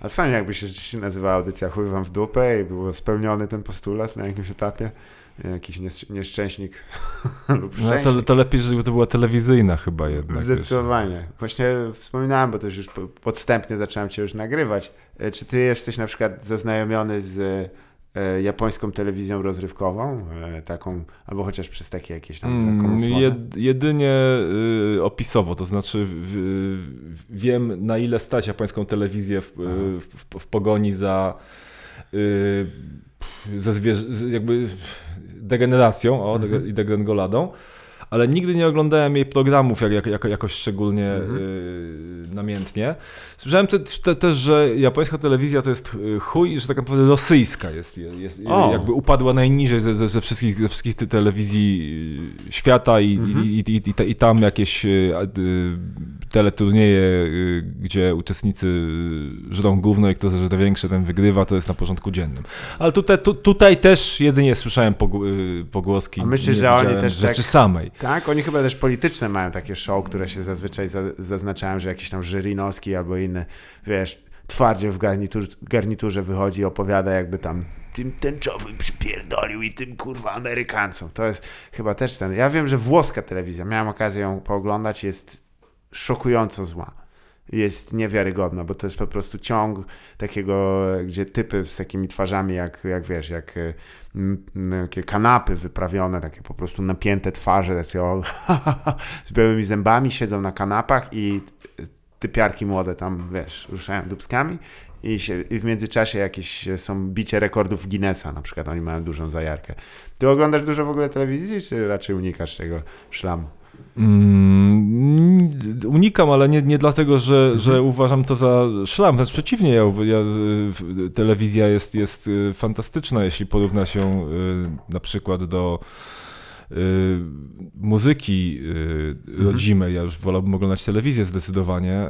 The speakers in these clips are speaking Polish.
Ale fajnie jakby się nazywała audycja Chuj wam w dupę i był spełniony ten postulat na jakimś etapie. Jakiś nieszczęśnik lub szczęśnik. No to lepiej, żeby to była telewizyjna chyba jednak. Zdecydowanie. Wiesz. Właśnie wspominałem, bo też już podstępnie zacząłem cię już nagrywać. Czy ty jesteś na przykład zaznajomiony z japońską telewizją rozrywkową, taką, albo chociaż przez takie jakieś tam jedynie opisowo, to znaczy wiem, na ile stać japońską telewizję w pogoni za jakby degeneracją i degrengoladą, ale nigdy nie oglądałem jej programów jakoś szczególnie namiętnie. Słyszałem też, że japońska telewizja to jest chuj i że tak naprawdę rosyjska jest jakby upadła najniżej ze wszystkich telewizji świata i tam jakieś teleturnieje, gdzie uczestnicy żrą gówno i kto żre większe, ten wygrywa, to jest na porządku dziennym. Ale tutaj też jedynie słyszałem pogłoski. A myślę, że oni też rzeczy samej. Tak, oni chyba też polityczne mają takie show, które się zazwyczaj zaznaczają, że jakiś tam Żyrinowski albo inny, wiesz, twardzie w garniturze wychodzi i opowiada, jakby tam tym tęczowym przypierdolił i tym kurwa Amerykańcom. To jest chyba też ten. Ja wiem, że włoska telewizja, miałem okazję ją pooglądać, jest szokująco zła. Jest niewiarygodna, bo to jest po prostu ciąg takiego, gdzie typy z takimi twarzami jak wiesz, jak takie kanapy wyprawione, takie po prostu napięte twarze, tacy z białymi zębami siedzą na kanapach i typiarki młode tam, wiesz, ruszają dupskami i w międzyczasie jakieś są bicie rekordów Guinnessa, na przykład oni mają dużą zajarkę. Ty oglądasz dużo w ogóle telewizji, czy raczej unikasz tego szlamu? Unikam, ale nie dlatego, że uważam to za szlam. Wręcz przeciwnie, telewizja jest fantastyczna, jeśli porówna się na przykład do muzyki rodzimej. Ja już wolałbym oglądać telewizję zdecydowanie,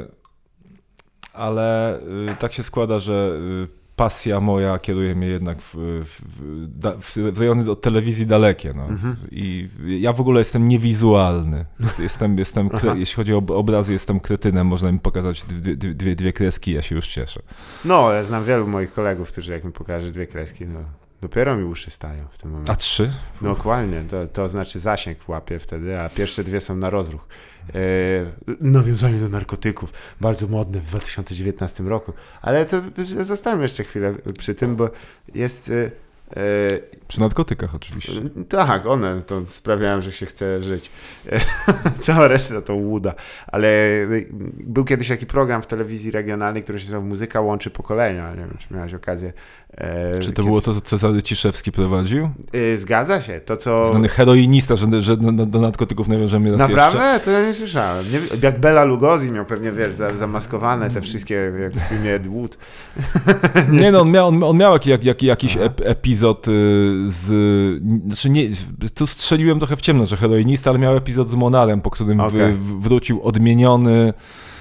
ale tak się składa, że pasja moja kieruje mnie jednak w rejony od telewizji dalekie. No. I ja w ogóle jestem niewizualny. Jeśli chodzi o obrazy, jestem kretynem. Można mi pokazać dwie kreski, ja się już cieszę. No, ja znam wielu moich kolegów, którzy jak mi pokażę dwie kreski, no dopiero mi uszy stają w tym momencie. A 3? No dokładnie, to znaczy zasięg łapie wtedy, a pierwsze 2 są na rozruch. Nawiązanie do narkotyków, bardzo modne w 2019 roku, ale to zostańmy jeszcze chwilę przy tym, bo jest... Przy narkotykach oczywiście. Tak, one to sprawiają, że się chce żyć. Cała reszta to łuda. Ale był kiedyś taki program w telewizji regionalnej, który się nazywał Muzyka łączy pokolenia. Nie wiem, czy miałeś okazję. Czy to było to, co Cezary Ciszewski prowadził? Zgadza się. To, co... Znany heroinista, że do narkotyków nawiążemy raz Naprawdę? jeszcze. Naprawdę? To ja nie słyszałem. Jak Bela Lugosi miał pewnie, wiesz, zamaskowane te wszystkie, jak w filmie Ed Wood. Nie no, on miał jakiś epizod znaczy nie, tu strzeliłem trochę w ciemno, że heroinista, ale miał epizod z Monarem, po którym wrócił odmieniony,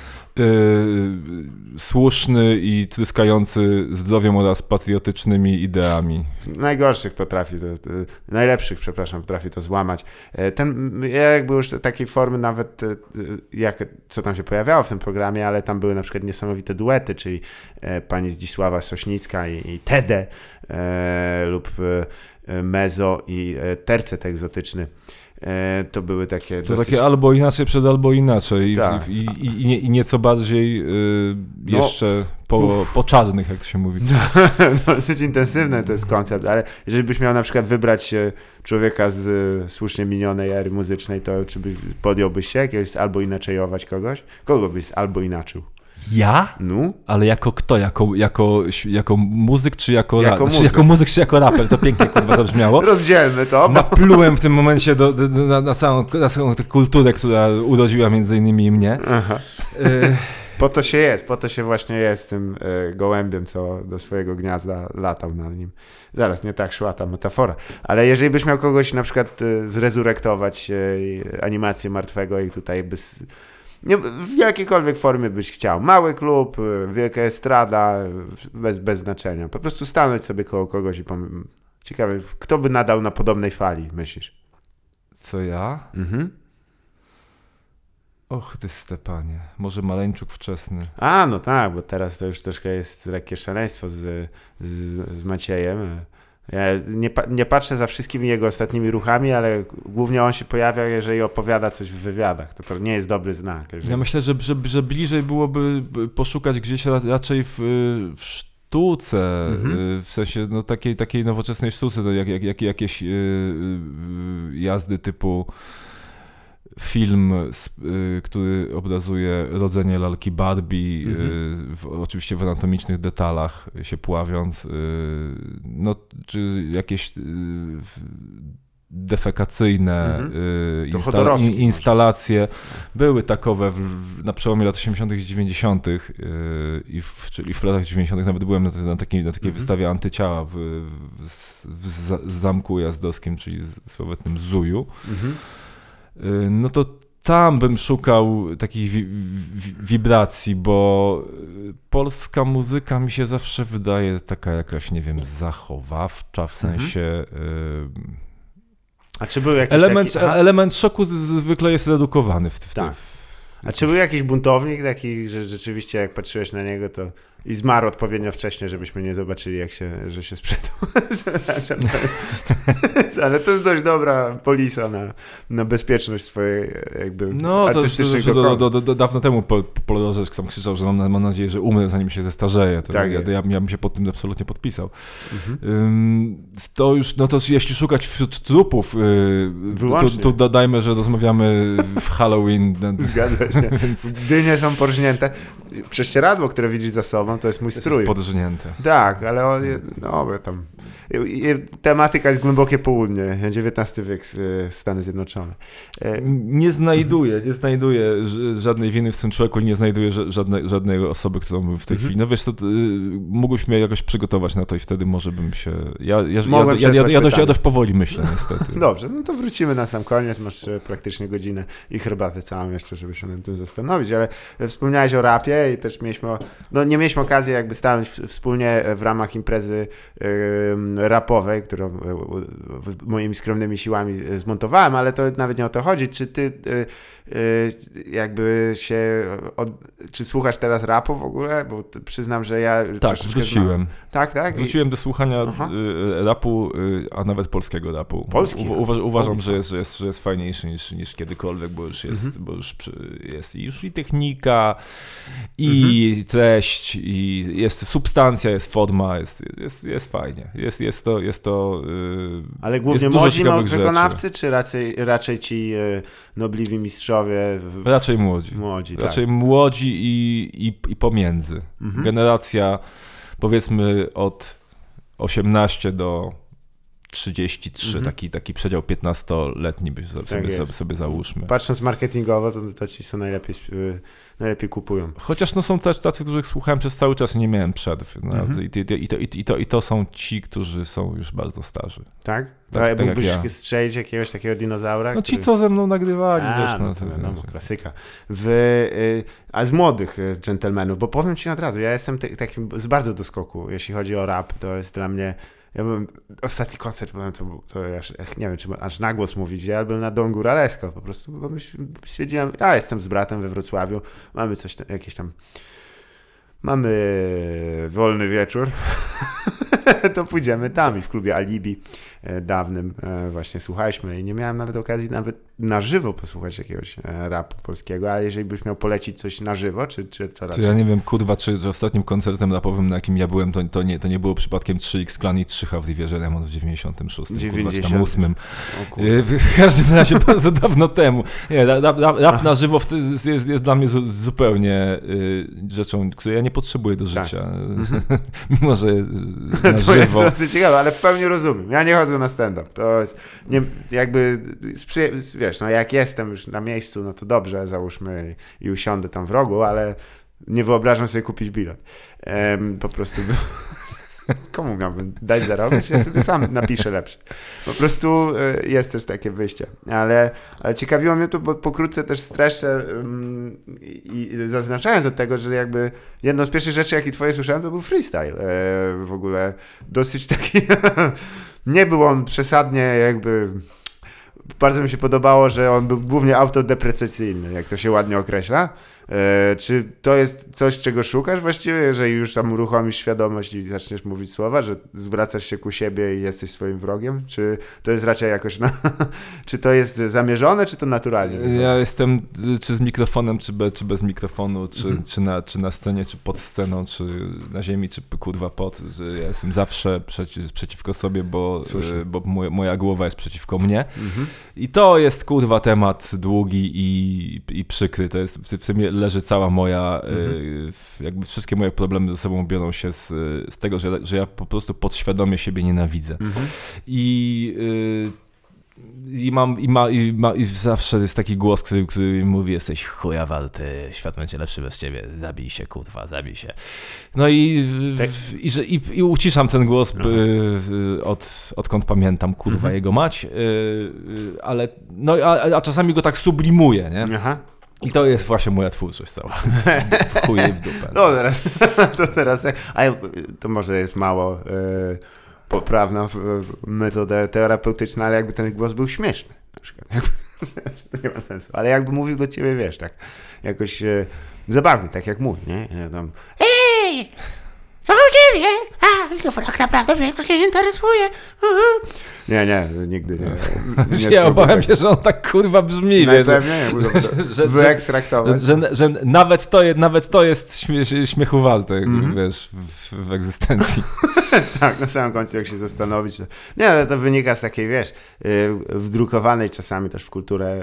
słuszny i tryskający zdrowiem oraz patriotycznymi ideami. Najgorszych najlepszych, potrafi to złamać. Ja jakby już takiej formy nawet, co tam się pojawiało w tym programie, ale tam były na przykład niesamowite duety, czyli pani Zdzisława Sośnicka i Tede lub Mezo i tercet egzotyczny. To były takie... To takie albo inaczej przed albo inaczej i nieco bardziej jeszcze po czarnych, jak to się mówi. Dosyć intensywny to jest koncept, ale jeżeli byś miał na przykład wybrać człowieka z słusznie minionej ery muzycznej, to czy podjąłbyś się jakiegoś albo inaczejować kogoś? Kogo byś albo inaczył? Ja? No? Ale jako kto? Jako muzyk, czy jako muzyk, czy jako raper? To pięknie kurwa zabrzmiało. Rozdzielmy to. Naplułem w tym momencie na całą tę kulturę, która urodziła między innymi mnie. Aha. Po to się właśnie jest tym gołębiem, co do swojego gniazda latał na nim. Zaraz, nie tak szła ta metafora. Ale jeżeli byś miał kogoś na przykład zrezurektować animację martwego i tutaj w jakiejkolwiek formie byś chciał. Mały klub, wielka estrada, bez znaczenia. Po prostu stanąć sobie koło kogoś i ciekawe, kto by nadał na podobnej fali, myślisz? Co ja? Och ty Stepanie, może Maleńczuk wczesny. A, no tak, bo teraz to już troszkę jest lekkie szaleństwo z Maciejem. Ja nie patrzę za wszystkimi jego ostatnimi ruchami, ale głównie on się pojawia, jeżeli opowiada coś w wywiadach. To nie jest dobry znak. Jeżeli... Ja myślę, że bliżej byłoby poszukać gdzieś raczej w sztuce, w sensie no, takiej nowoczesnej sztuce, no, jak jakieś jazdy typu film, który obrazuje rodzenie lalki Barbie, oczywiście w anatomicznych detalach się pławiąc, no, czy jakieś defekacyjne instalacje były takowe na przełomie lat 80. i 90. Czyli w latach 90. nawet byłem na takiej wystawie antyciała w Zamku Jazdowskim, czyli sławetnym Zuju. No to tam bym szukał takich wibracji, bo polska muzyka mi się zawsze wydaje taka jakaś, nie wiem, zachowawcza, w sensie... A czy był jakiś element szoku zwykle jest redukowany w tak. A czy był jakiś buntownik taki, że rzeczywiście jak patrzyłeś na niego, to i zmarł odpowiednio wcześnie, żebyśmy nie zobaczyli, że się sprzedał. Ale to jest dość dobra polisa na bezpieczność swojej jakby artystycznego dawno temu Polorze tam krzyczał, że mam nadzieję, że umrę, zanim się zestarzeje. To tak ja bym się pod tym absolutnie podpisał. To już, no to jeśli szukać wśród trupów, tu dodajmy, że rozmawiamy w Halloween. Zgadza się. Więc... Dynie są porżnięte. Prześcieradło, które widzisz za sobą, to jest mój strój. Jest podrznięte. Tak, ale tam... Tematyka jest głębokie południe, XIX wiek, Stany Zjednoczone. Nie znajduję żadnej winy w tym człowieku, nie znajduję żadnej osoby, którą bym w tej chwili... No wiesz, to mógłbyś mnie jakoś przygotować na to i wtedy może bym się... Ja dość powoli myślę, niestety. Dobrze, no to wrócimy na sam koniec, masz praktycznie godzinę i herbatę całą jeszcze, żeby się nad tym zastanowić, ale wspomniałeś o rapie i też nie mieliśmy okazji jakby stanąć wspólnie w ramach imprezy rapowej, którą moimi skromnymi siłami zmontowałem, ale to nawet nie o to chodzi. Czy ty jakby czy słuchasz teraz rapu w ogóle? Bo przyznam, że ja... Tak, wróciłem. Tak? Wróciłem do słuchania rapu, a nawet polskiego rapu. Polski? Uważam, że jest fajniejszy niż kiedykolwiek, bo już jest i technika, i treść, i jest substancja, jest forma, jest fajnie. Jest to ale głównie młodzi wykonawcy, czy raczej ci nobliwi mistrzowie? Raczej młodzi. Raczej tak. młodzi i pomiędzy. Generacja powiedzmy od 18 do 33, taki przedział 15-letni sobie załóżmy. Patrząc marketingowo, to ci są najlepiej kupują. Chociaż są też tacy, których słuchałem przez cały czas i nie miałem przerw. I to są ci, którzy są już bardzo starzy. Tak? Tak mógłbyś jak ja. strzelić jakiegoś takiego dinozaura? No ci, co ze mną nagrywali. Klasyka. A z młodych dżentelmenów, bo powiem ci od razu, ja jestem takim z bardzo do skoku, jeśli chodzi o rap, to jest dla mnie... Ostatni koncert, to nie wiem, czy aż na głos mówić, ja byłem na Don Góralesko, po prostu, bo stwierdziłem, ja jestem z bratem we Wrocławiu, mamy mamy wolny wieczór, to pójdziemy tam i w klubie Alibi dawnym właśnie słuchaliśmy i nie miałem nawet okazji na żywo posłuchać jakiegoś rapu polskiego, a jeżeli byś miał polecić coś na żywo, czy to raczej... Ja nie wiem, kurwa, czy ostatnim koncertem rapowym, na jakim ja byłem, to nie było przypadkiem 3X Clan i 3H w Riverze Remont w 96, 98. W każdym razie bardzo dawno temu. Nie, rap na żywo jest dla mnie zupełnie rzeczą, której ja nie potrzebuję do życia. Tak. Mimo, że na to żywo... jest dosyć ciekawe, ale w pełni rozumiem. Ja nie chodzę na stand-up. To jest jakby, wiesz, no jak jestem już na miejscu, no to dobrze, załóżmy i usiądę tam w rogu, ale nie wyobrażam sobie kupić bilet. Po prostu... Komu miałbym dać zarobić? Ja sobie sam napiszę lepszy. Po prostu jest też takie wyjście. Ale ciekawiło mnie to, bo pokrótce też streszczę i zaznaczając od tego, że jakby jedną z pierwszych rzeczy, jakie twoje słyszałem, to był freestyle. W ogóle dosyć taki... Nie był on przesadnie jakby bardzo mi się podobało, że on był głównie autodeprecesyjny, jak to się ładnie określa. Czy to jest coś, czego szukasz właściwie, jeżeli już tam uruchomisz świadomość i zaczniesz mówić słowa, że zwracasz się ku siebie i jesteś swoim wrogiem? Czy to jest raczej jakoś czy to jest zamierzone, czy to naturalnie? Ja jestem czy z mikrofonem, czy bez mikrofonu, czy na scenie, czy pod sceną, czy na ziemi, czy kurwa pod, że ja jestem zawsze przeciwko sobie, bo moja głowa jest przeciwko mnie. I to jest kurwa temat długi i przykry. To jest w tym leży cała moja, jakby wszystkie moje problemy ze sobą biorą się z tego, że ja po prostu podświadomie siebie nienawidzę. I zawsze jest taki głos, który mówi, jesteś chuja warty, świat będzie lepszy bez ciebie, zabij się, kurwa, zabij się. No i uciszam ten głos, odkąd pamiętam, kurwa, jego mać, ale no, a czasami go tak sublimuję, nie? Aha. I to jest właśnie moja twórczość cała. W chuje w dupę. No teraz to może jest mało poprawna metoda terapeutyczna, ale jakby ten głos był śmieszny na przykład. To nie ma sensu. Ale jakby mówił do ciebie, wiesz, tak jakoś zabawnie, tak jak mówi, nie? Tam, Ej! Co u ciebie? Tak naprawdę mnie to się interesuje. Nie, nigdy nie. Ja obawiam się, że on tak kurwa brzmi, wiesz, wyekstraktować. Że nawet to jest śmiechu warte, wiesz, w egzystencji. Tak, na samym końcu jak się zastanowić, to... Nie, ale to wynika z takiej, wiesz, wdrukowanej czasami też w kulturę,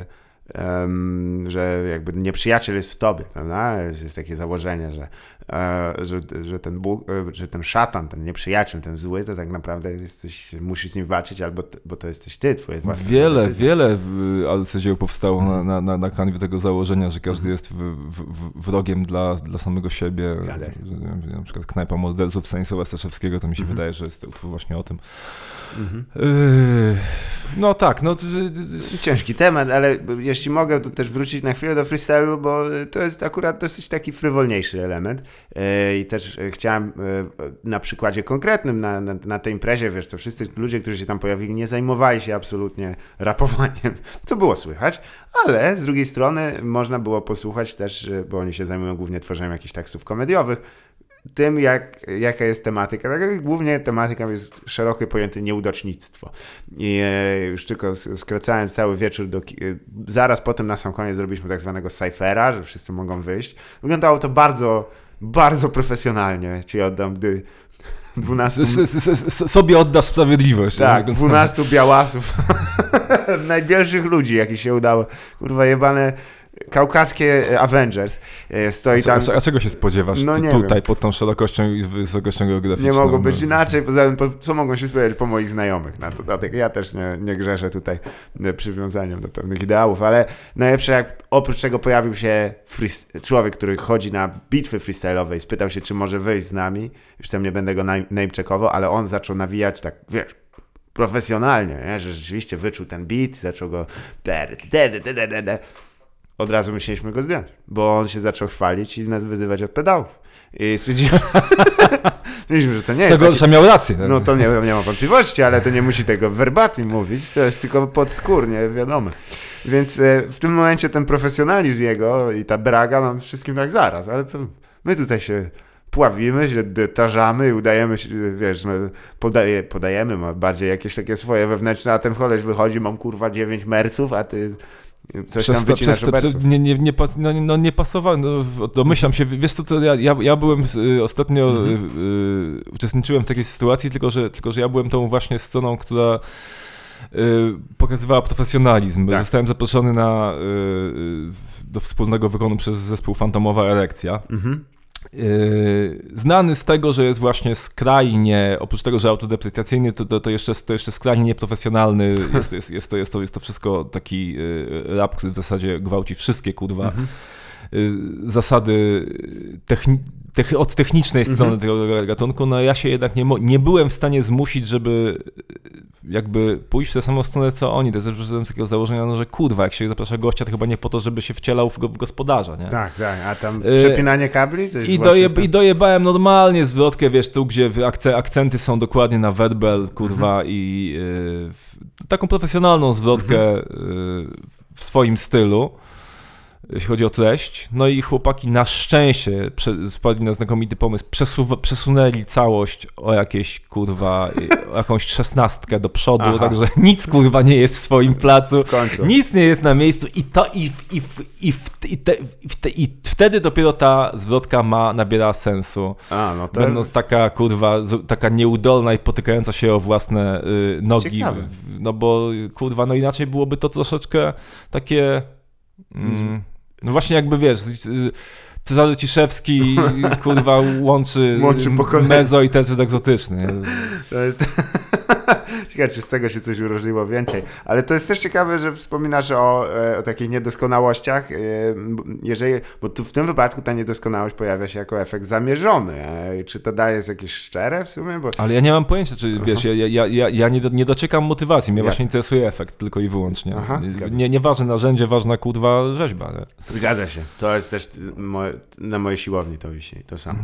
że jakby nieprzyjaciel jest w tobie, prawda? Jest takie założenie, że ten Bóg, że ten szatan, ten nieprzyjaciel, ten zły, to tak naprawdę musisz z nim walczyć, bo to jesteś ty, twoje własne Wiele dzieł powstało na kanwie tego założenia, że każdy jest wrogiem dla samego siebie. Że, na przykład Knajpa Morderców Stanisława Staszewskiego, to mi się wydaje, że jest utwór właśnie o tym. No tak, no... Ciężki temat, ale jeśli mogę, to też wrócić na chwilę do freestylu, bo to jest akurat dosyć taki frywolniejszy element i też chciałem na przykładzie konkretnym na tej imprezie, wiesz, to wszyscy ludzie, którzy się tam pojawili, nie zajmowali się absolutnie rapowaniem, co było słychać, ale z drugiej strony można było posłuchać też, bo oni się zajmują głównie tworzeniem jakichś tekstów komediowych, tym, jaka jest tematyka. Tak, głównie tematyką jest szeroko pojęte nieudacznictwo. I już tylko skracając cały wieczór, zaraz potem na sam koniec zrobiliśmy tak zwanego cyphera, że wszyscy mogą wyjść. Wyglądało to bardzo, bardzo profesjonalnie. Ci oddam, gdy 12... Sobie oddasz sprawiedliwość. Tak, 12 białasów. Najbielszych ludzi, jakich się udało. Kurwa, jebane... Kaukaskie Avengers stoi tam... A czego się spodziewasz tutaj pod tą szerokością i wysokością geograficzną? Nie mogło być inaczej, poza tym, co mogą się spodziewać po moich znajomych na to. Dlatego ja też nie grzeszę tutaj przywiązaniem do pewnych ideałów, ale najlepsze, jak oprócz tego pojawił się człowiek, który chodzi na bitwy freestyle'owe i spytał się, czy może wyjść z nami. Już tam nie będę go name-checkował, ale on zaczął nawijać tak, wiesz, profesjonalnie, nie? Że rzeczywiście wyczuł ten beat, zaczął go... Od razu musieliśmy go zdjąć, bo on się zaczął chwalić i nas wyzywać od pedałów. I stwierdziliśmy, że to nie jest... Co gorsza, miał rację. Tak? No to nie ma wątpliwości, ale to nie musi tego verbatim mówić, to jest tylko podskórnie wiadome. Więc w tym momencie ten profesjonalizm jego i ta braga nam wszystkim tak zaraz, ale to my tutaj się pławimy, się tarzamy i udajemy się, wiesz, no, podajemy, ma bardziej jakieś takie swoje wewnętrzne, a ten koleś wychodzi, mam kurwa 9 merców, a ty... Coś tam wycinasz obeców. Nie pasowało. No, domyślam się, wiesz co, to ja byłem ostatnio, uczestniczyłem w takiej sytuacji, tylko że ja byłem tą właśnie stroną, która pokazywała profesjonalizm. Tak. Zostałem zaproszony do wspólnego wykonu przez zespół Fantomowa Erekcja. Znany z tego, że jest właśnie skrajnie, oprócz tego, że autodeprecjacyjny, to jeszcze skrajnie nieprofesjonalny. Jest to wszystko taki rap, który w zasadzie gwałci wszystkie kurwa zasady od technicznej strony tego gatunku. No ja się jednak nie byłem w stanie zmusić, żeby jakby pójść w tę samą stronę co oni. To jest z takiego założenia, no, że kurwa, jak się zaprasza gościa, to chyba nie po to, żeby się wcielał w gospodarza, nie? Tak, a tam przepinanie kabli? Coś I dojebałem normalnie zwrotkę, wiesz, tu gdzie akcenty są dokładnie na werbel, kurwa, i taką profesjonalną zwrotkę w swoim stylu, jeśli chodzi o treść. No i chłopaki na szczęście wpadli na znakomity pomysł, przesunęli całość o jakieś, kurwa, o jakąś 16 do przodu, Aha. także nic, kurwa, nie jest w swoim placu, W końcu. nic nie jest na miejscu i wtedy dopiero ta zwrotka nabiera sensu. No to Będąc taka, kurwa, taka nieudolna i potykająca się o własne nogi. Ciekawe. No bo, kurwa, no inaczej byłoby to troszeczkę takie... no właśnie jakby, wiesz, Cezary Ciszewski, kurwa, łączy pokolenia. mezo i tercet egzotyczny. Nie? To jest... Ciekawe, czy z tego się coś urodziło więcej. Ale to jest też ciekawe, że wspominasz o takich niedoskonałościach, bo tu w tym wypadku ta niedoskonałość pojawia się jako efekt zamierzony. Czy to daje jakieś szczere w sumie? Bo... Ale ja nie mam pojęcia, czy wiesz, ja nie dociekam motywacji, mnie Jasne. właśnie interesuje efekt tylko i wyłącznie. Aha, zgadza. Nieważne narzędzie, ważna, kurwa, rzeźba. Nie? Zgadza się. To jest też na mojej siłowni to wisi. To samo.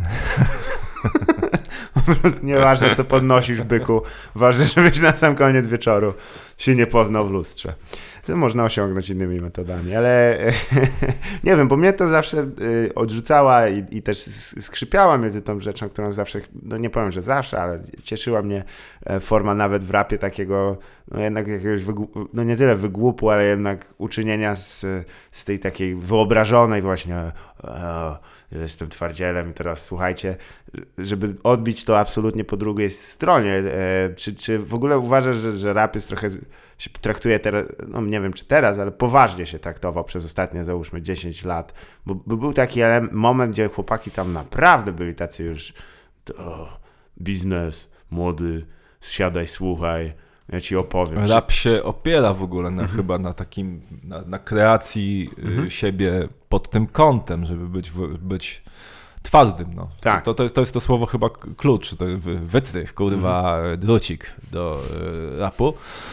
Po prostu nieważne, co podnosisz, byku. Ważne, żebyś na sam koniec wieczoru się nie poznał w lustrze. To można osiągnąć innymi metodami, ale nie wiem, bo mnie to zawsze odrzucała i też skrzypiała między tą rzeczą, którą zawsze, no nie powiem, że zawsze, ale cieszyła mnie forma nawet w rapie takiego, no jednak jakiegoś, no nie tyle wygłupu, ale jednak uczynienia z tej takiej wyobrażonej właśnie że jestem twardzielem i teraz słuchajcie, żeby odbić to absolutnie po drugiej stronie. Czy w ogóle uważasz, że rap jest trochę, się traktuje teraz, no nie wiem czy teraz, ale poważnie się traktował przez ostatnie załóżmy 10 lat, bo był taki moment, gdzie chłopaki tam naprawdę byli tacy już biznes, młody, siadaj, słuchaj, ja ci opowiem. Rap się opiera w ogóle chyba na takim, na kreacji siebie pod tym kątem, żeby być twardym. No. Tak. To jest to słowo chyba klucz, to wytrych, kurwa, drucik do rapu.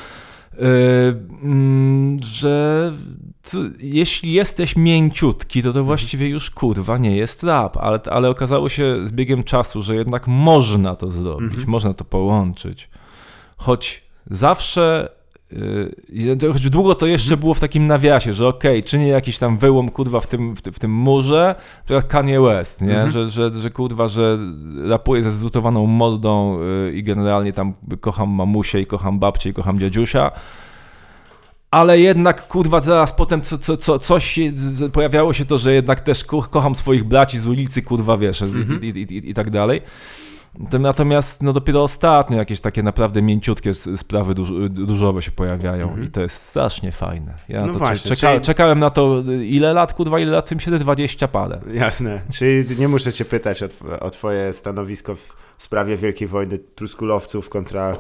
Że jeśli jesteś mięciutki, to właściwie już kurwa nie jest rap, ale okazało się z biegiem czasu, że jednak można to zrobić, można to połączyć. Choć zawsze, choć długo to jeszcze było w takim nawiasie, że okej, czynię jakiś tam wyłom kurwa w tym murze, to jak Kanye West, nie? Że kurwa, że rapuję ze zlutowaną mordą i generalnie tam kocham mamusię i kocham babcię i kocham dziadziusia. Ale jednak, kurwa, zaraz potem coś pojawiało się to, że jednak też kocham swoich braci z ulicy, kurwa, wiesz, i tak dalej. Natomiast no dopiero ostatnio jakieś takie naprawdę mięciutkie sprawy różowe się pojawiają i to jest strasznie fajne. Ja No to właśnie, czekałem na to ile lat, kurwa, ile lat, 20 parę. Jasne, czyli nie muszę cię pytać o twoje stanowisko w sprawie Wielkiej Wojny Truskulowców kontra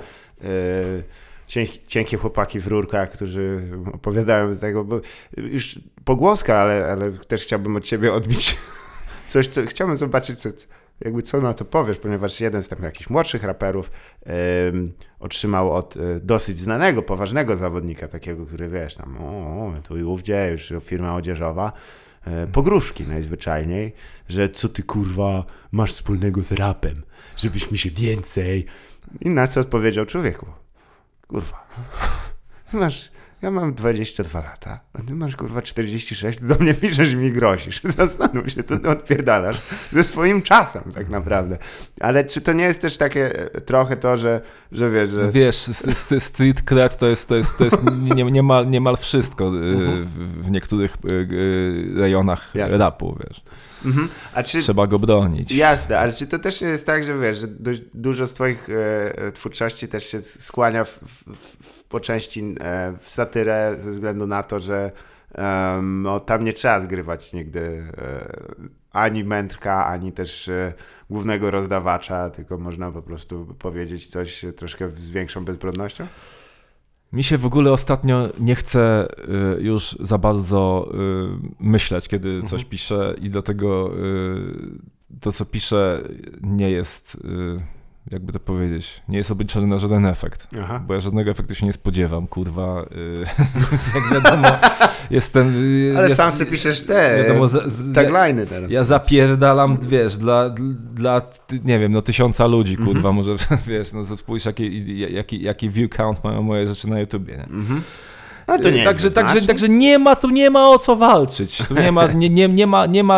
cienkie chłopaki w rurkach, którzy opowiadają z tego, bo już pogłoska, ale też chciałbym od ciebie odbić coś, co chciałbym zobaczyć, co na to powiesz, ponieważ jeden z tam jakichś młodszych raperów otrzymał od dosyć znanego, poważnego zawodnika, takiego, który wiesz, tam tu i ówdzie, już firma odzieżowa, pogróżki najzwyczajniej, że co ty kurwa masz wspólnego z rapem, żebyś mi się więcej... I na co odpowiedział człowieku? Kurwa, ja mam 22 lata, a ty masz kurwa 46, do mnie piszesz i mi grozisz. Zastanów się, co ty odpierdalasz ze swoim czasem tak naprawdę. Ale czy to nie jest też takie trochę to, że wiesz, że... Wiesz, street cred to jest niemal wszystko w niektórych rejonach rapu, wiesz. A czy... Trzeba go bronić. Jasne, ale czy to też nie jest tak, że wiesz, że dużo z twoich twórczości też się skłania po części w satyrę ze względu na to, że tam nie trzeba zgrywać nigdy ani mędrka, ani też głównego rozdawacza, tylko można po prostu powiedzieć coś troszkę z większą bezbrodnością? Mi się w ogóle ostatnio nie chce już za bardzo myśleć, kiedy coś piszę i dlatego to, co piszę, nie jest jakby to powiedzieć, nie jest obliczony na żaden efekt. Aha. Bo ja żadnego efektu się nie spodziewam, kurwa. Jak wiadomo, jestem... Ale sam sobie piszesz te wiadomo, tagliny teraz. Ja zapierdalam, wiesz, dla nie wiem, 1000 ludzi, kurwa, może, wiesz, no spójrz, jaki view count mają moje rzeczy na YouTubie, nie? No to nie Także nie ma o co walczyć. Tu nie ma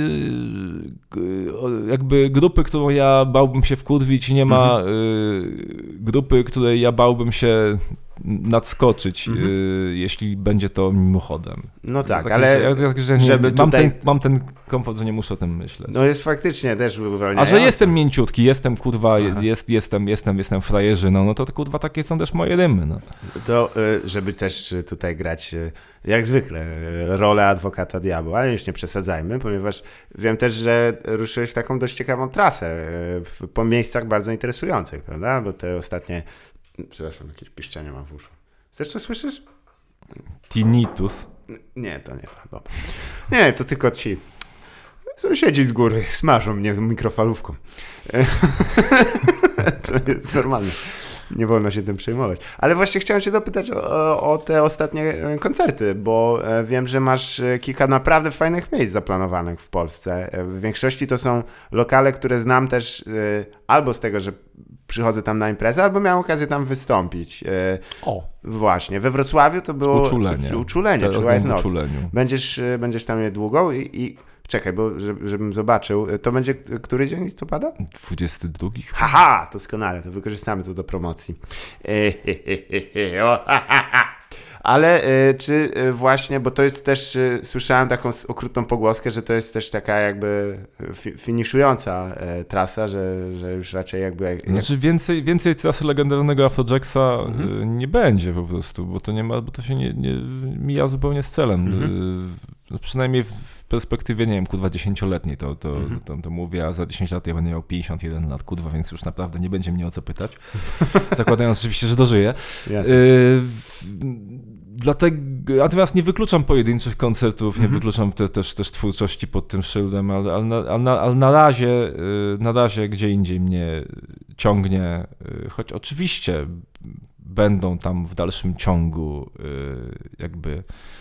jakby grupy, którą ja bałbym się wkurwić, nie ma grupy, której ja bałbym się nadskoczyć, jeśli będzie to mimochodem. No tak, ale żeby mam ten komfort, że nie muszę o tym myśleć. No jest faktycznie też uwalniające. A że jestem mięciutki, jestem kurwa, jestem frajerzyną, no to kurwa takie są też moje rymy. No. To żeby też tutaj grać jak zwykle rolę adwokata diabła, ale już nie przesadzajmy, ponieważ wiem też, że ruszyłeś w taką dość ciekawą trasę po miejscach bardzo interesujących, prawda? Bo te ostatnie... Przepraszam, jakieś piszczenie mam w uszu. Też to słyszysz? Tinnitus. Nie, to nie to. Dobra. Nie, to tylko ci sąsiedzi z góry smażą mnie mikrofalówką. To jest normalne. Nie wolno się tym przejmować. Ale właśnie chciałem cię dopytać o te ostatnie koncerty, bo wiem, że masz kilka naprawdę fajnych miejsc zaplanowanych w Polsce. W większości to są lokale, które znam też albo z tego, że przychodzę tam na imprezę, albo miałem okazję tam wystąpić. Właśnie. We Wrocławiu to było Uczulenie, Czuła jest noc. Będziesz tam niedługo i czekaj, bo żebym zobaczył, to będzie który dzień listopada? 22. Haha, doskonale, to wykorzystamy to do promocji. Ale czy właśnie, bo to jest też, słyszałem taką okrutną pogłoskę, że to jest też taka jakby finiszująca trasa, że już raczej jakby... Znaczy więcej trasy legendarnego Afrojacksa nie będzie po prostu, bo to nie ma, bo to się nie mija zupełnie z celem. No przynajmniej w perspektywie, nie wiem, kurwa 10-letniej to mówię, a za 10 lat ja będę miał 51 lat, kurwa, więc już naprawdę nie będzie mnie o co pytać. Zakładając oczywiście, że dożyję. Dlatego, natomiast nie wykluczam pojedynczych koncertów, nie wykluczam też twórczości pod tym szyldem, ale na razie gdzie indziej mnie ciągnie, choć oczywiście będą tam w dalszym ciągu jakby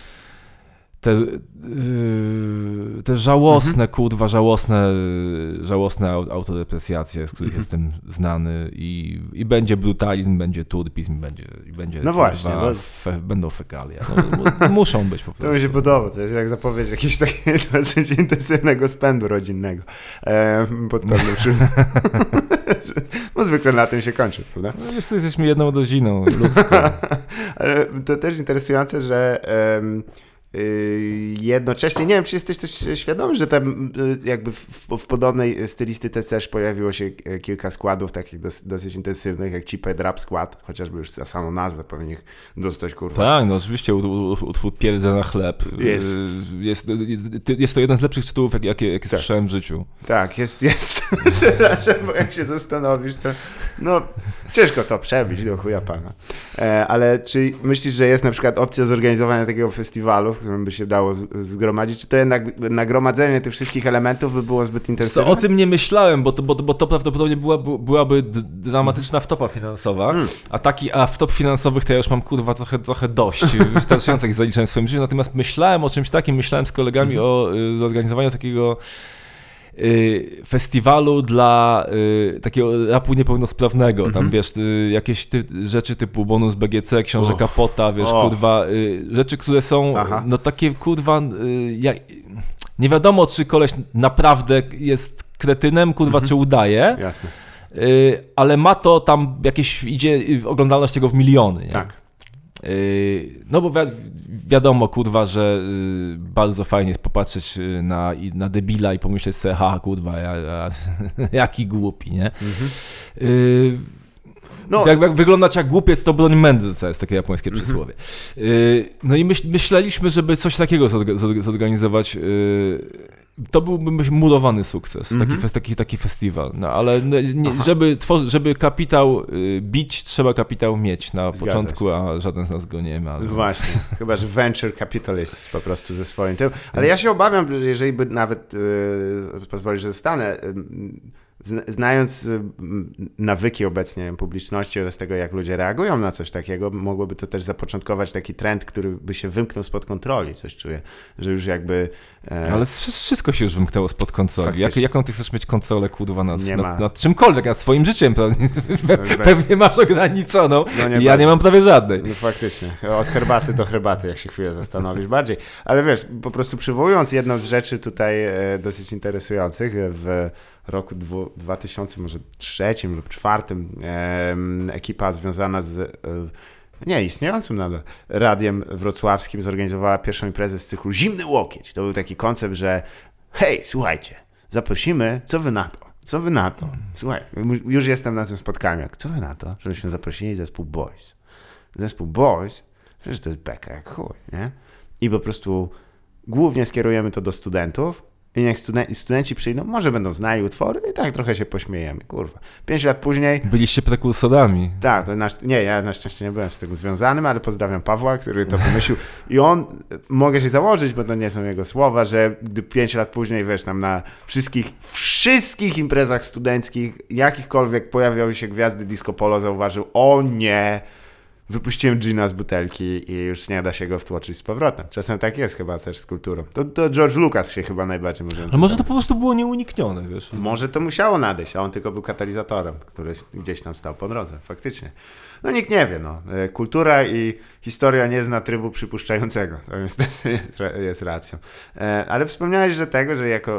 te żałosne, kurwa, żałosne autodepresjacje, z których jestem znany i będzie brutalizm, będzie turpizm, będzie no właśnie, będą fekalia. No, muszą być po prostu. To mi się podoba, to jest jak zapowiedź jakiegoś takiego dosyć intensywnego spędu rodzinnego pod pewnym szyldem. No zwykle na tym się kończy, prawda? No, jesteśmy jedną rodziną ludzką. Ale to też interesujące, że jednocześnie, nie wiem, czy jesteś też świadomy, że tam jakby w podobnej stylistyce też pojawiło się kilka składów takich dosyć intensywnych, jak Cheap Rap Skład, chociażby już za samą nazwę powinien ich dostać, kurwa. Tak, no oczywiście utwór Pierdza na chleb. Jest to jeden z lepszych tytułów, jakie słyszałem w życiu. Tak, jest. Bo jak się zastanowisz, to no ciężko to przebić do chuja pana. Ale czy myślisz, że jest na przykład opcja zorganizowania takiego festiwalu, w którym by się dało zgromadzić? Czy to jednak nagromadzenie tych wszystkich elementów by było zbyt intensywne? O tym nie myślałem, bo to prawdopodobnie byłaby dramatyczna wtopa finansowa, a wtop finansowych to ja już mam kurwa trochę dość, wystarczająco ich zaliczałem w swoim życiu, natomiast myślałem o czymś takim, myślałem z kolegami o zorganizowaniu takiego festiwalu dla takiego rapu niepełnosprawnego. Tam wiesz, jakieś rzeczy typu bonus BGC, książę Kapota, wiesz, kurwa, rzeczy, które są no takie kurwa, nie wiadomo, czy koleś naprawdę jest kretynem, kurwa, czy udaje. Jasne. Ale ma to tam jakieś, idzie oglądalność tego w miliony, nie? Tak. No bo wiadomo, kurwa, że bardzo fajnie jest popatrzeć na debila i pomyśleć sobie, kurwa, jaki głupi, nie? No, jak wyglądać jak głupiec, to broń mędrca, jest takie japońskie przysłowie. No i myśleliśmy, żeby coś takiego zorganizować. To byłby murowany sukces, taki festiwal. No, ale żeby kapitał bić, trzeba kapitał mieć na początku, a żaden z nas go nie ma. Właśnie, chyba że venture capitalists po prostu ze swoim tym. Ale ja się obawiam, że jeżeli by nawet, pozwolisz, że zostanę, znając nawyki obecnie publiczności oraz tego, jak ludzie reagują na coś takiego, mogłoby to też zapoczątkować taki trend, który by się wymknął spod kontroli. Coś czuję, że już jakby... Ale wszystko się już wymknęło spod kontroli. Jaką ty chcesz mieć konsolę, kurwa, nad czymkolwiek, nad swoim życiem? Pewnie masz ograniczoną. Ja nie mam prawie żadnej. No faktycznie. Od herbaty do herbaty, jak się chwilę zastanowisz bardziej. Ale wiesz, po prostu przywołując jedną z rzeczy tutaj dosyć interesujących, w roku 2003 lub 2004 ekipa związana z istniejącym nadal radiem wrocławskim zorganizowała pierwszą imprezę z cyklu Zimny Łokieć. To był taki koncept, że hej, słuchajcie, zaprosimy, co wy na to? Co wy na to? Słuchaj, już jestem na tym spotkaniu. Jak co wy na to, żebyśmy zaprosili zespół Boys? Zespół Boys, przecież to jest beka jak chuj, nie? I po prostu głównie skierujemy to do studentów i niech studenci przyjdą, może będą znali utwory i tak trochę się pośmiejemy, kurwa. 5 lat później... Byliście prekursorami. Tak, ja na szczęście nie byłem z tym związanym, ale pozdrawiam Pawła, który to wymyślił i on, mogę się założyć, bo to nie są jego słowa, że gdy 5 lat później, wiesz, tam na wszystkich imprezach studenckich, jakichkolwiek pojawiały się gwiazdy disco polo, zauważył, o nie, wypuściłem gina z butelki i już nie da się go wtłoczyć z powrotem. Czasem tak jest chyba też z kulturą. To George Lucas się chyba najbardziej może... Ale może to po prostu było nieuniknione, wiesz? Może to musiało nadejść, a on tylko był katalizatorem, który gdzieś tam stał po drodze, faktycznie. No nikt nie wie, no. Kultura i historia nie zna trybu przypuszczającego. To niestety jest racją. Ale wspomniałeś, że jako...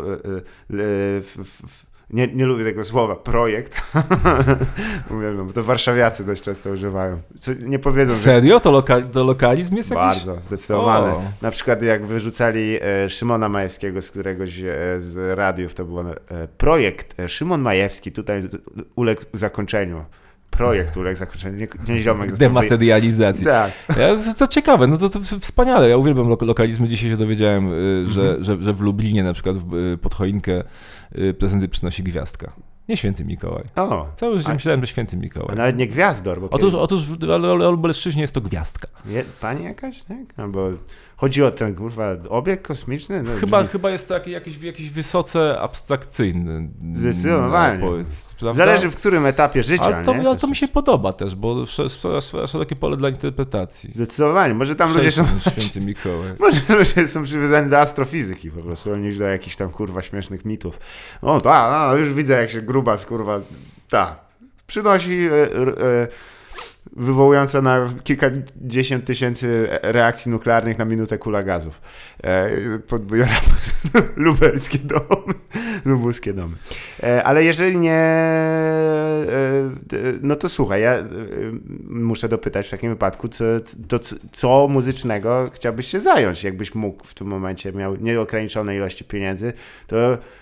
Nie lubię tego słowa, projekt. Uwielbiam, bo to warszawiacy dość często używają. Nie powiedzą, serio? To lokalizm jest jakiś? Bardzo, zdecydowanie. Na przykład jak wyrzucali Szymona Majewskiego z któregoś z radiów, to był projekt Szymon Majewski, tutaj uległ zakończeniu. Projekt uległ zakończeniu, nie ziomek został... Dematerializacji. Tak. To ciekawe, no to wspaniale. Ja uwielbiam lokalizmy. Dzisiaj się dowiedziałem, że w Lublinie na przykład pod choinkę prezenty przynosi Gwiazdka. Nie Święty Mikołaj. Całe życie myślałem, że Święty Mikołaj. A nawet nie Gwiazdor. Bo otóż w Lubelszczyźnie jest to Gwiazdka. Pani jakaś, tak? Albo chodzi o ten, kurwa, obiekt kosmiczny? No, chyba jest to jakiś wysoce abstrakcyjny. Zdecydowanie. Zależy w którym etapie życia. Ale to mi się podoba też, bo szerokie pole dla interpretacji. Zdecydowanie. Może tam ludzie są... Święty Mikołaj. Może ludzie są przywiązani do astrofizyki po prostu, niż do jakichś tam, kurwa, śmiesznych mitów. Już widzę, jak się grubas, kurwa, przynosi... wywołująca na kilkadziesiąt tysięcy reakcji nuklearnych na minutę kula gazów. Podbiora lubelskie domy, lubuskie domy. Ale jeżeli nie, no to słuchaj, ja muszę dopytać w takim wypadku, co muzycznego chciałbyś się zająć? Jakbyś mógł w tym momencie, miał nieograniczone ilości pieniędzy, to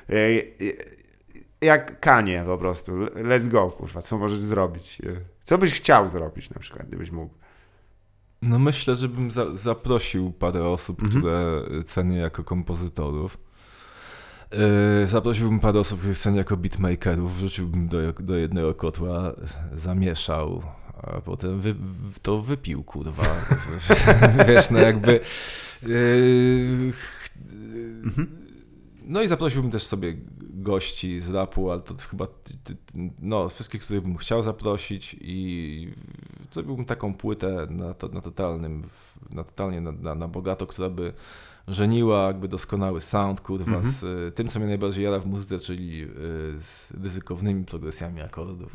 jak Kanie po prostu, let's go, kurwa, co możesz zrobić? Co byś chciał zrobić na przykład, gdybyś mógł? No myślę, że bym zaprosił parę osób, które cenię jako kompozytorów. Zaprosiłbym parę osób, które cenię jako beatmakerów, wrzuciłbym do jednego kotła, zamieszał, a potem to wypił, kurwa. Wiesz, no jakby... No i zaprosiłbym też sobie gości z rapu, ale to chyba wszystkich, których bym chciał zaprosić i zrobiłbym taką płytę totalnie na bogato, która by żeniła jakby doskonały sound, kurwa, z tym, co mnie najbardziej jara w muzyce, czyli z ryzykownymi progresjami akordów.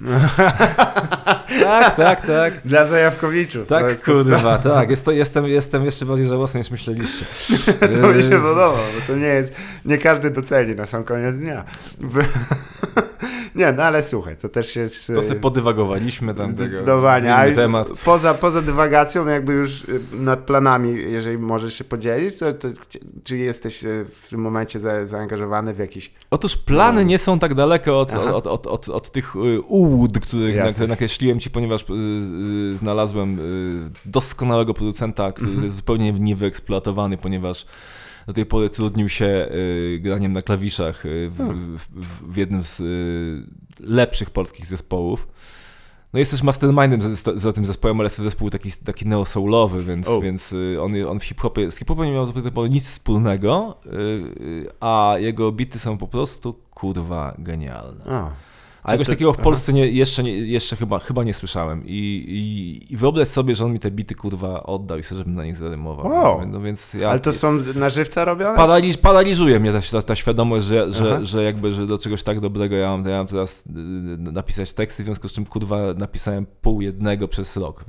Tak. Dla zajawkowiczów. Tak, kurwa, tak. Jestem jeszcze bardziej żałosny, niż myśleliście. To mi się podoba, bo to nie każdy doceni na sam koniec dnia. Nie, no ale słuchaj, to też jest... To sobie podywagowaliśmy tam zdecydowanie. tego temat. Poza dywagacją, jakby już nad planami, jeżeli możesz się podzielić, to czy jesteś w tym momencie zaangażowany w jakiś... Otóż plany nie są tak daleko od tych ułód, które nakreśliłem ci, ponieważ znalazłem doskonałego producenta, który jest zupełnie niewyeksploatowany, ponieważ do tej pory trudnił się graniem na klawiszach w jednym z lepszych polskich zespołów. No jest też mastermindem za tym zespołem, ale jest to zespół taki neo-soulowy, więc on z hip-hopem nie miał do tej pory nic wspólnego, a jego bity są po prostu kurwa genialne. Czegoś takiego w Polsce jeszcze chyba nie słyszałem. I wyobraź sobie, że on mi te bity kurwa oddał i chce, żebym na nich zarymował. Wow. No więc ja, Ale to są na żywca robione? Paraliżuje mnie ta świadomość, że jakby, że do czegoś tak dobrego ja mam teraz napisać teksty, w związku z czym kurwa napisałem pół jednego przez rok.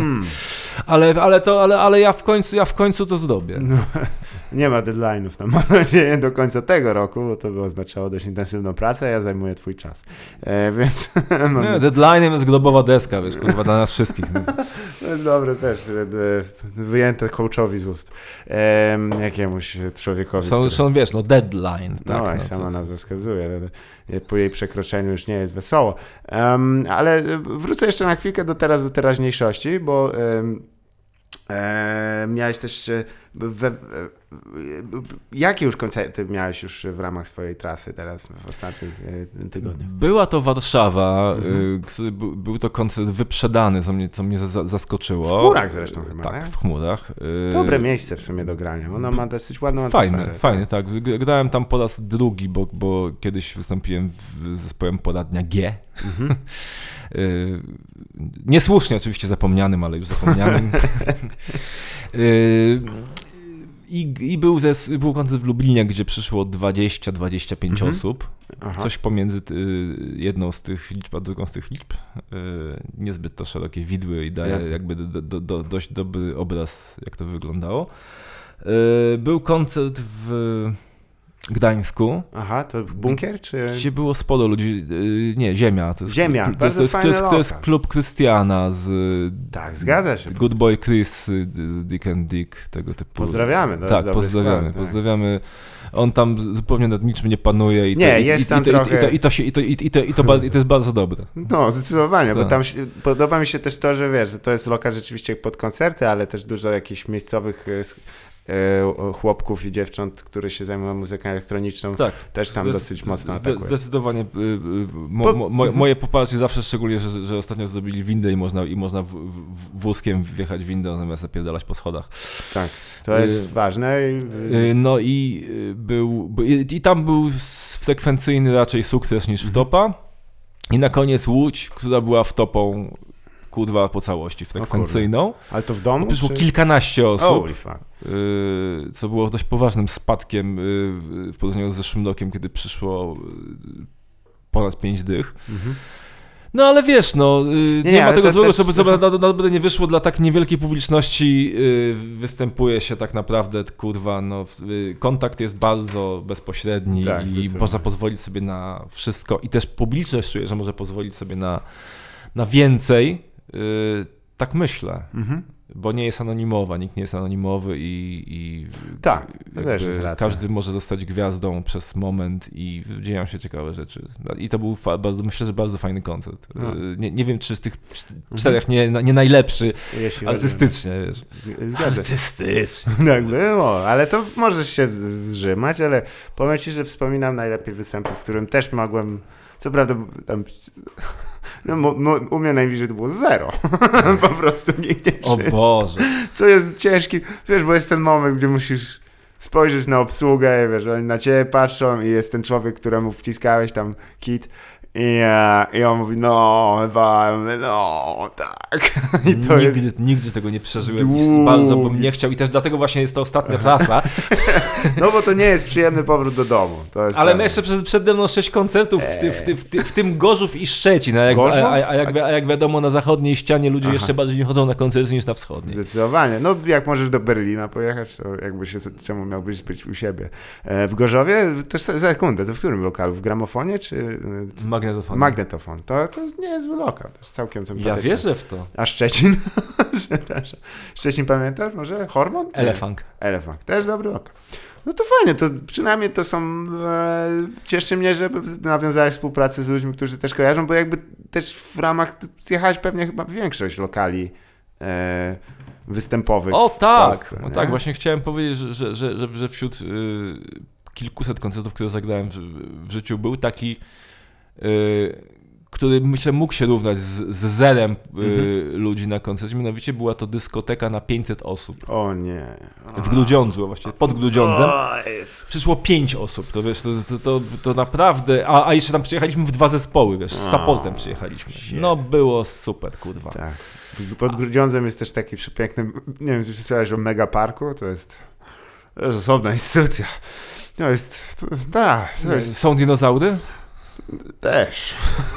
Ale ja w końcu to zrobię. No, nie ma deadline'ów, no, mam nadzieję, do końca tego roku, bo to by oznaczało dość intensywną pracę, a ja zajmuję twój czas. Więc... Deadline'em jest grobowa deska, wiesz, kurwa, dla nas wszystkich. No. Dobre też, wyjęte coachowi z ust. Jakiemuś człowiekowi. Są wiesz, no deadline. Tak, no i sama nazwa wskazuje. Po jej przekroczeniu już nie jest wesoło. Ale wrócę jeszcze na chwilkę do teraźniejszości, bo miałeś też jakie już koncerty miałeś już w ramach swojej trasy teraz w ostatnich tygodniach? Była to Warszawa, był to koncert wyprzedany, co mnie zaskoczyło. W chmurach zresztą chyba, tak, nie? w chmurach. Dobre miejsce w sumie do grania, ona ma dosyć ładną atmosferę. Fajnie, tak. Grałem tam po raz drugi, bo kiedyś wystąpiłem z zespołem Poradnia G. Niesłusznie oczywiście zapomnianym, ale już zapomnianym. I był koncert w Lublinie, gdzie przyszło 20-25 osób. Aha. Coś pomiędzy jedną z tych liczb, a drugą z tych liczb. Niezbyt to szerokie widły i daje jakby dość dobry obraz, jak to wyglądało. Był koncert w Gdańsku. Aha, to bunkier? Czy... Gdzie było sporo ludzi. Nie, Ziemia. Ziemia, bardzo fajny lokal. To jest klub Krystiana z... Tak, zgadza się. Good Boy Chris, Dick and Dick, tego typu. Pozdrawiamy. Tak, pozdrawiamy. On tam zupełnie nad niczym nie panuje i to jest bardzo dobre. No, zdecydowanie, tak. Bo tam podoba mi się też to, że wiesz, że to jest lokal rzeczywiście pod koncerty, ale też dużo jakichś miejscowych chłopków i dziewcząt, które się zajmują muzyką elektroniczną, tak, też tam dosyć mocno atakują. Zdecydowanie moje poparcie zawsze, szczególnie, że ostatnio zrobili windę i można wózkiem wjechać w windę, zamiast zapierdalać po schodach. Tak, to jest ważne. No i tam był sekwencyjny raczej sukces niż wtopa. I na koniec Łódź, która była wtopą kurwa po całości, frekwencyjną. Ale to w domu? Przyszło kilkanaście osób. Holy fuck. Co było dość poważnym spadkiem w porównaniu z zeszłym rokiem, kiedy przyszło ponad 5 dych. No ale wiesz, nie ma tego złego, żeby naprawdę nie wyszło dla tak niewielkiej publiczności. Występuje się tak naprawdę, kurwa, kontakt jest bardzo bezpośredni i można pozwolić sobie na wszystko. I też publiczność czuje, że może pozwolić sobie na więcej. Tak myślę. Bo nie jest anonimowa, nikt nie jest anonimowy i tak, to też jest racja. Każdy może zostać gwiazdą przez moment i dzieją się ciekawe rzeczy. I to był myślę, że bardzo fajny koncert. Nie wiem, czy z tych czterech nie najlepszy artystycznie, wiesz. Artystycznie. Tak było, ale to możesz się zrzymać, ale powiem ci, że wspominam najlepiej występy, w którym też mogłem, co prawda tam... u mnie najbliżej to było 0. Po prostu nikt nie przyjdzie. O Boże. Co jest ciężki, wiesz, bo jest ten moment, gdzie musisz spojrzeć na obsługę, wiesz, oni na ciebie patrzą i jest ten człowiek, któremu wciskałeś tam kit i on mówi, tak. I to nigdy tego nie przeżyłem i bardzo bym nie chciał i też dlatego właśnie jest to ostatnia trasa. No bo to nie jest przyjemny powrót do domu. Ale my jeszcze przede mną 6 koncertów, w tym Gorzów i Szczecin, a jak wiadomo na zachodniej ścianie ludzie jeszcze bardziej nie chodzą na koncerty niż na wschodniej. Zdecydowanie. No jak możesz do Berlina pojechać, to czemu miałbyś być u siebie? W Gorzowie? To sekundę, to w którym lokalu? W Gramofonie czy... Magnetofon. To nie jest zły lokal. To jest całkiem sympatyczne. Ja wierzę w to. A Szczecin? Szczecin pamiętasz? Może Hormon? Elefunk. Też dobry lokal. No to fajnie, to przynajmniej to są... cieszy mnie, że nawiązałeś współpracę z ludźmi, którzy też kojarzą, bo jakby też w ramach zjechałeś pewnie chyba większość lokali występowych w Polsce, tak, właśnie chciałem powiedzieć, że wśród kilkuset koncertów, które zagrałem w życiu, był taki, który myślę mógł się równać z zerem ludzi na koncercie, mianowicie była to dyskoteka na 500 osób. O nie. W Grudziądzu, właściwie pod Grudziądzem. O, jest. Przyszło 5 osób, to wiesz, to naprawdę, a jeszcze tam przyjechaliśmy w 2 zespoły, wiesz, z supportem przyjechaliśmy. No było super, kurwa. Tak. Pod Grudziądzem jest też taki przepiękny, nie wiem, czy słyszałeś o Megaparku, to jest osobna instytucja. To jest, tak, to jest Są dinozaury? też.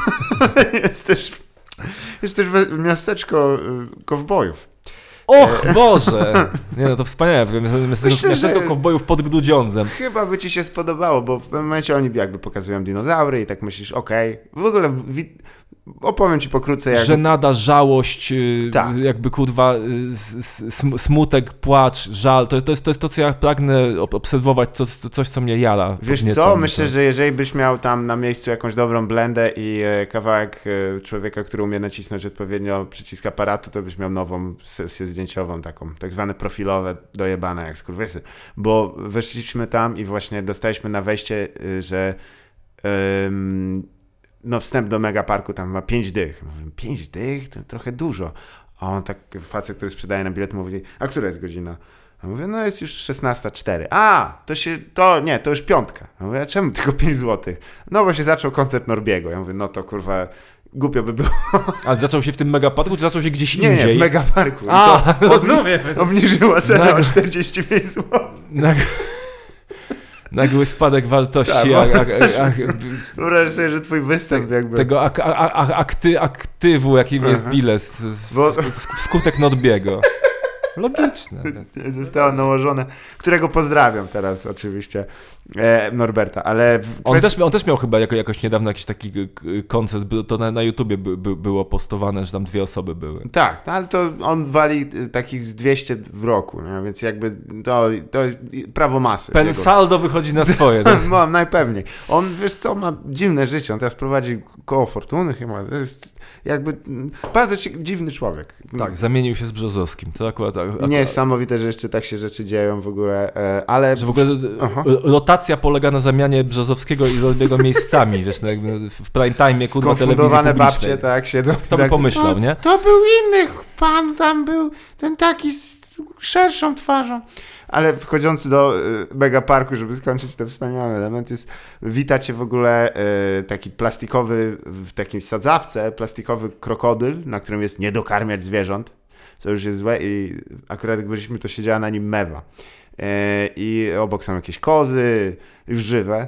jest też miasteczko kowbojów. Och Boże! Nie no, to wspaniałe. Myślę, Miasteczko że- kowbojów pod Grudziądzem. Chyba by ci się spodobało, bo w pewnym momencie oni jakby pokazują dinozaury i tak myślisz, okej. W ogóle opowiem ci pokrótce, jak... Żenada, żałość, Tak. jakby kurwa smutek, płacz, żal. To jest to, co ja pragnę obserwować, coś, co mnie jara. Wiesz podnieca co, mnie myślę, to. że jeżeli byś miał tam na miejscu jakąś dobrą blendę i kawałek człowieka, który umie nacisnąć odpowiednio przycisk aparatu, to byś miał nową sesję zdjęciową taką, tak zwane profilowe, dojebane jak skurwysy. Bo weszliśmy tam i właśnie dostaliśmy na wejście, że no wstęp do Megaparku tam ma 5 dych. Mówię, 5 dych? To trochę dużo. A on tak, facet, który sprzedaje na bilet, mówi, a która jest godzina? A mówię, no jest już 16:04. A, to już 5. A mówię, a czemu tylko 5 zł? No bo się zaczął koncert Norbiego. Ja mówię, no to kurwa, głupio by było. Ale zaczął się w tym megaparku, czy zaczął się gdzieś Nie, indziej? w Megaparku. I A, to rozumiem. obniżyła cenę Nagle- o 45 zł. Nagły spadek wartości Tak, wyobraź sobie, że twój występ jakby... tego aktywu, jakim jest bilet Bo- wskutek Norbiego. Logiczne. Zostało nałożone, którego pozdrawiam teraz oczywiście, Norberta, ale... On też miał chyba jakoś niedawno jakiś taki koncert, to na YouTubie było postowane, że tam 2 osoby były. Tak, no ale to on wali takich z 200 w roku, nie? Więc jakby to prawo masy. Pen jego. saldo wychodzi na swoje. Tak? No, najpewniej. On, wiesz co, ma dziwne życie, on teraz prowadzi koło fortuny chyba, to jest jakby bardzo dziwny człowiek. Tak, zamienił się z Brzozowskim. To akurat Niesamowite, że jeszcze tak się rzeczy dzieją w ogóle, ale... że w ogóle Aha. rotacja polega na zamianie Brzozowskiego i Norbiego miejscami, wiesz, no jakby w prime time, kurwa, telewizji Skonfundowane publicznej. babcie, tak, siedzą. Kto by tak, pomyślał, nie? To był inny pan, tam był ten taki z szerszą twarzą. Ale wchodząc do Megaparku, żeby skończyć ten wspaniały element, jest wita cię w ogóle taki plastikowy, w takiej sadzawce, plastikowy krokodyl, na którym jest nie dokarmiać zwierząt, co już jest złe i akurat jak byliśmy, to siedziała na nim mewa. I obok są jakieś kozy, już żywe.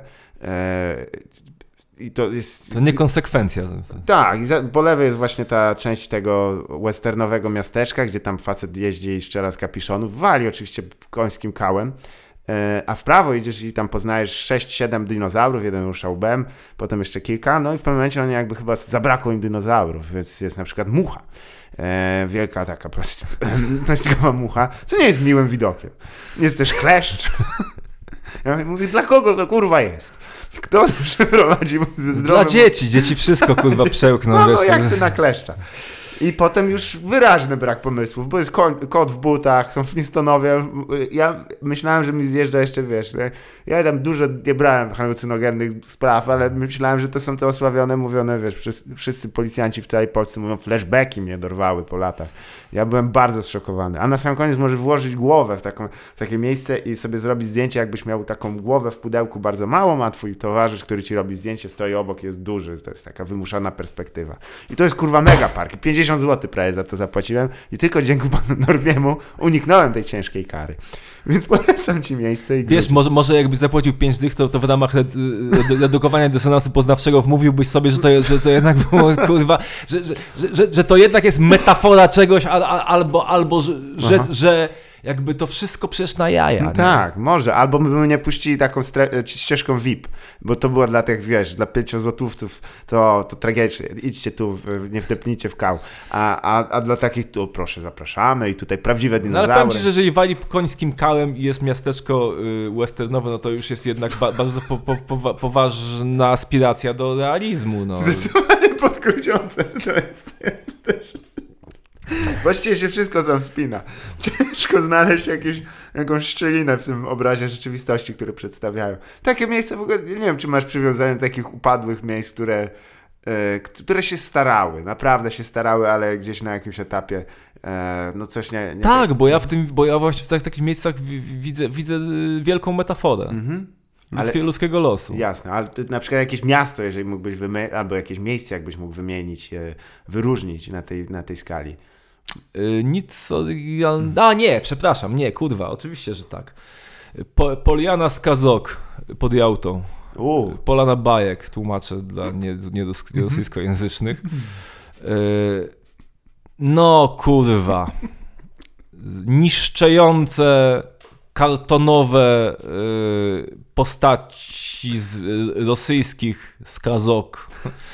I to jest... To niekonsekwencja. Tak, i po lewej jest właśnie ta część tego westernowego miasteczka, gdzie tam facet jeździ i strzela z kapiszonów, wali oczywiście końskim kałem, a w prawo idziesz i tam poznajesz 6-7 dinozaurów, jeden ruszał łbem, potem jeszcze kilka, no i w pewnym momencie oni jakby chyba zabrakło im dinozaurów, więc jest na przykład mucha. Wielka taka plastikowa mucha, co nie jest miłym widokiem. Jest też kleszcz. Ja mówię, dla kogo to kurwa jest? Kto przeprowadził ze zdrowym... Dla dzieci wszystko kurwa przełkną. No, wiesz, bo ja chcę na kleszcza. I potem już wyraźny brak pomysłów, bo jest kot w butach, są Flintstonowie. Ja myślałem, że mi zjeżdża jeszcze, wiesz, ja tam dużo nie brałem halucynogennych spraw, ale myślałem, że to są te osławione, mówione, wiesz, wszyscy policjanci w całej Polsce mówią, flashbacki mnie dorwały po latach. Ja byłem bardzo zszokowany. A na sam koniec możesz włożyć głowę w takie miejsce i sobie zrobić zdjęcie, jakbyś miał taką głowę w pudełku bardzo małą, a twój towarzysz, który ci robi zdjęcie, stoi obok, jest duży. To jest taka wymuszona perspektywa. I to jest kurwa Megapark. 50 zł prawie za to zapłaciłem i tylko dzięki panu Norbiemu uniknąłem tej ciężkiej kary. Więc polecam ci miejsce. I wiesz, może jakbyś zapłacił 5 dych, to w ramach redukowania dysonansu poznawczego wmówiłbyś sobie, że to jednak było, kurwa, że to jednak jest metafora czegoś, albo że jakby to wszystko przecież na jaja. No tak, może. Albo by mnie puścili taką ścieżką VIP, bo to było dla tych, wiesz, dla 5 złotówców to tragicznie. Idźcie tu, nie wdepnijcie w kał. A dla takich, tu proszę, zapraszamy i tutaj prawdziwe No dinozaury. ale powiem ci, że jeżeli wali końskim kałem i jest miasteczko westernowe, no to już jest jednak bardzo poważna aspiracja do realizmu. No. Zdecydowanie podkróciące to jest też. Właściwie się wszystko tam spina. Ciężko znaleźć jakąś szczelinę w tym obrazie rzeczywistości, który przedstawiają. Takie miejsce w ogóle, nie wiem, czy masz przywiązanie do takich upadłych miejsc, które które się starały, naprawdę się starały, ale gdzieś na jakimś etapie no coś nie Tak, bo ja właśnie w takich miejscach widzę wielką metaforę ludzkiego losu. Jasne, ale na przykład jakieś miasto, jeżeli mógłbyś albo jakieś miejsce, jakbyś mógł wymienić, wyróżnić na tej skali. Nic nie, przepraszam, nie, kurwa, oczywiście, że tak. Poliana Skazok pod Jałtą. Polana Bajek, tłumaczę dla nierosyjskojęzycznych. No kurwa. Niszczące kartonowe postaci rosyjskich z Kazok.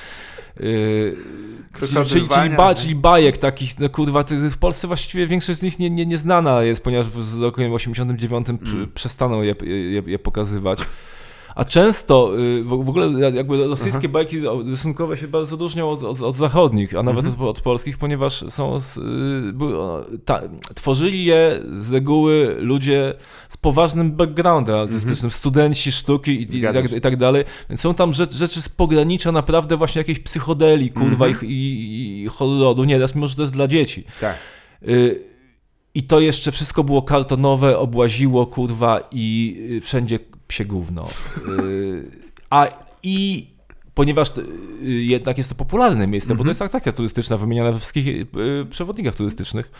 Czyli bajek takich, no kurwa, w Polsce właściwie większość z nich nie znana jest, ponieważ w roku 89 przestaną je pokazywać. A często w ogóle jakby rosyjskie bajki rysunkowe się bardzo różnią od zachodnich, a nawet od polskich, ponieważ tworzyli je z reguły ludzie z poważnym backgroundem artystycznym, studenci sztuki i tak dalej, więc są tam rzeczy z pogranicza naprawdę właśnie jakiejś psychodelii, kurwa, i horroru, nieraz mimo, że to jest dla dzieci. Tak. I to jeszcze wszystko było kartonowe, obłaziło, kurwa, i wszędzie psie gówno. I ponieważ jednak jest to popularne miejsce, bo to jest atrakcja turystyczna wymieniana we wszystkich przewodnikach turystycznych.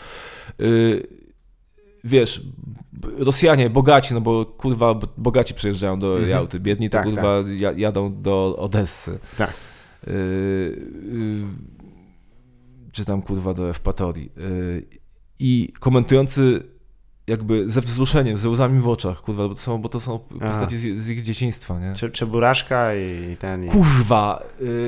Wiesz, Rosjanie, bogaci, no bo kurwa bogaci przyjeżdżają do Jałty, biedni to tak, kurwa jadą do Odessy. Tak. Czy tam kurwa do Ewpatorii. I komentujący jakby ze wzruszeniem, ze łzami w oczach, kurwa, bo to są postacie z ich dzieciństwa, nie? Czeburaszka i ten... Kurwa!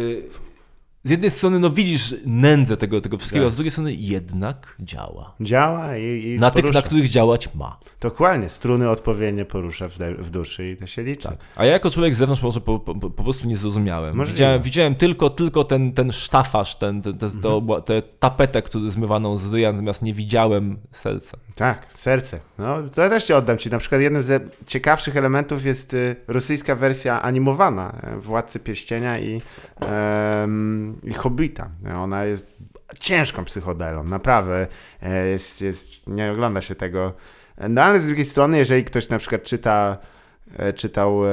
Z jednej strony no widzisz nędzę tego wszystkiego, a z drugiej strony jednak działa. Działa i na tych, na których działać ma. Dokładnie, struny odpowiednio porusza w duszy i to się liczy. Tak. A ja jako człowiek z zewnątrz może po prostu nie zrozumiałem. Widziałem tylko ten sztafasz, tę tapetę, zmywaną z ryja, natomiast nie widziałem serca. Tak, serce. No, to ja też ci oddam ci. Na przykład jednym z ciekawszych elementów jest rosyjska wersja animowana Władcy Pierścienia i Hobbita. Ona jest ciężką psychodelą, naprawdę. Nie ogląda się tego. No ale z drugiej strony, jeżeli ktoś na przykład czytał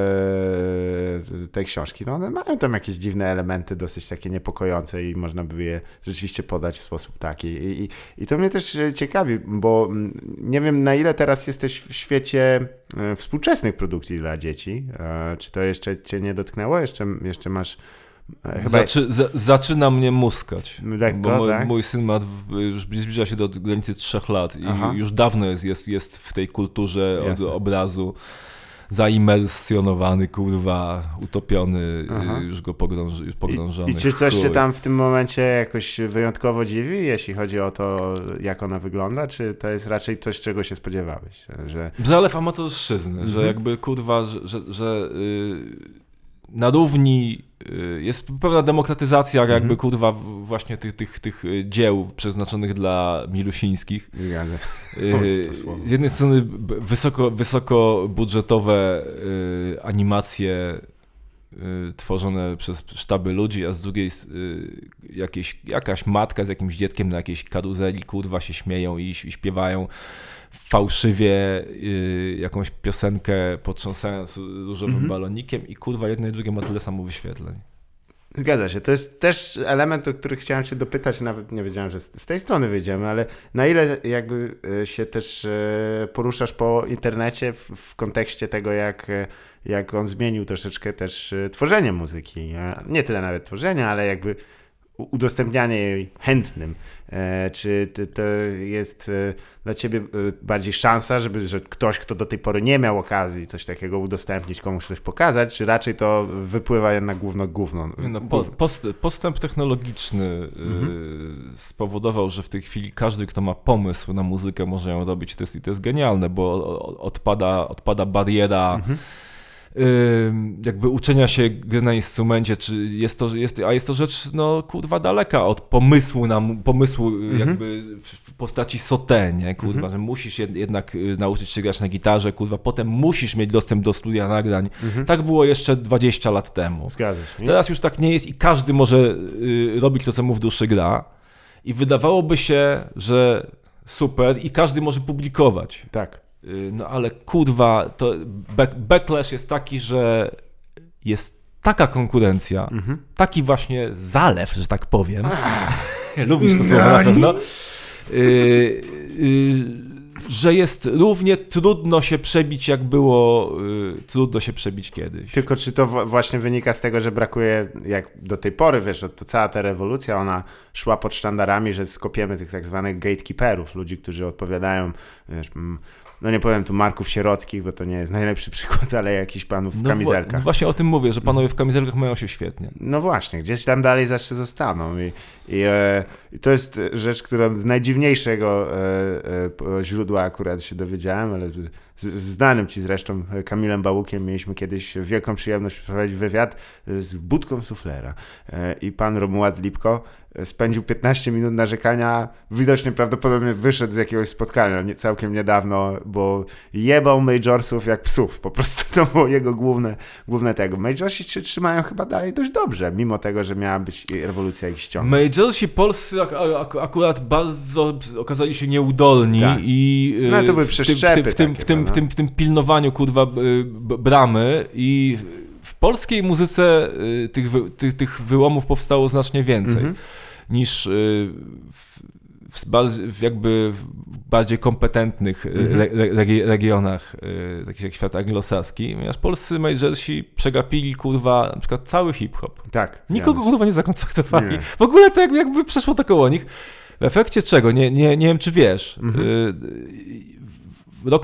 te książki, no one mają tam jakieś dziwne elementy, dosyć takie niepokojące i można by je rzeczywiście podać w sposób taki. I to mnie też ciekawi, bo nie wiem, na ile teraz jesteś w świecie współczesnych produkcji dla dzieci. Czy to jeszcze cię nie dotknęło? Jeszcze masz... Chyba... Zaczyna mnie muskać, lekko, bo tak? mój syn już zbliża się do granicy 3 lat i już dawno jest w tej kulturze od obrazu zaimersjonowany, kurwa, utopiony, już go pogrążony. I czy coś cię tam w tym momencie jakoś wyjątkowo dziwi, jeśli chodzi o to, jak ona wygląda, czy to jest raczej coś, czego się spodziewałeś? Zalew amatorszczyzny, że jakby, kurwa, że na równi jest pewna demokratyzacja jakby kurwa właśnie tych dzieł przeznaczonych dla milusińskich. Z jednej strony wysokobudżetowe animacje tworzone przez sztaby ludzi, a z drugiej jakaś matka z jakimś dzieckiem na jakiejś karuzeli kurwa się śmieją i śpiewają fałszywie jakąś piosenkę potrząsając różowym balonikiem i kurwa jedno i drugie ma tyle samo wyświetleń. Zgadza się. To jest też element, o który chciałem się dopytać, nawet nie wiedziałem, że z tej strony wyjdziemy, ale na ile jakby się też poruszasz po internecie w kontekście tego, jak on zmienił troszeczkę też tworzenie muzyki. Nie tyle nawet tworzenia, ale jakby udostępnianie jej chętnym. Czy to jest dla ciebie bardziej szansa, że ktoś, kto do tej pory nie miał okazji coś takiego udostępnić, komuś coś pokazać, czy raczej to wypływa jednak gówno? Postęp technologiczny spowodował, że w tej chwili każdy, kto ma pomysł na muzykę, może ją robić i to jest genialne, bo odpada bariera jakby uczenia się gry na instrumencie, czy jest to rzecz, no kurwa, daleka od pomysłu jakby w postaci sauté, nie, kurwa, że musisz jednak nauczyć się grać na gitarze, kurwa, potem musisz mieć dostęp do studia nagrań. Tak było jeszcze 20 lat temu. Zgadza się. Teraz już tak nie jest i każdy może robić to, co mu w duszy gra. I wydawałoby się, że super i każdy może publikować. Tak. No ale kurwa, to backlash jest taki, że jest taka konkurencja, taki właśnie zalew, że tak powiem. Lubisz to słowo na pewno. Że jest równie trudno się przebić, jak było trudno się przebić kiedyś. Tylko czy to właśnie wynika z tego, że brakuje, jak do tej pory, wiesz, to cała ta rewolucja, ona szła pod sztandarami, że skopiemy tych tak zwanych gatekeeperów, ludzi, którzy odpowiadają, wiesz, no nie powiem tu Marków Sierockich, bo to nie jest najlepszy przykład, ale jakichś panów w kamizelkach. No właśnie o tym mówię, że panowie w kamizelkach mają się świetnie. No właśnie, gdzieś tam dalej zawsze zostaną i to jest rzecz, którą z najdziwniejszego źródła akurat się dowiedziałem, ale z znanym ci zresztą Kamilem Bałukiem mieliśmy kiedyś wielką przyjemność przeprowadzić wywiad z budką suflera i pan Romuald Lipko spędził 15 minut narzekania, widocznie prawdopodobnie wyszedł z jakiegoś spotkania całkiem niedawno, bo jebał majorsów jak psów, po prostu to było jego główne tego. Majorsi się trzymają chyba dalej dość dobrze, mimo tego, że miała być rewolucja ich ściągów. Majorsi polscy akurat bardzo okazali się nieudolni tak. I no to były przeszczepy w tym pilnowaniu kurwa bramy i w polskiej muzyce tych wyłomów powstało znacznie więcej niż w jakby bardziej kompetentnych regionach, takich jak świat anglosaski, ponieważ polscy majorsi przegapili kurwa na przykład cały hip-hop. Tak. Nikogo kurwa nie zakontaktowali. Nie. W ogóle to jakby przeszło to koło nich. W efekcie czego? Nie wiem, czy wiesz. Rok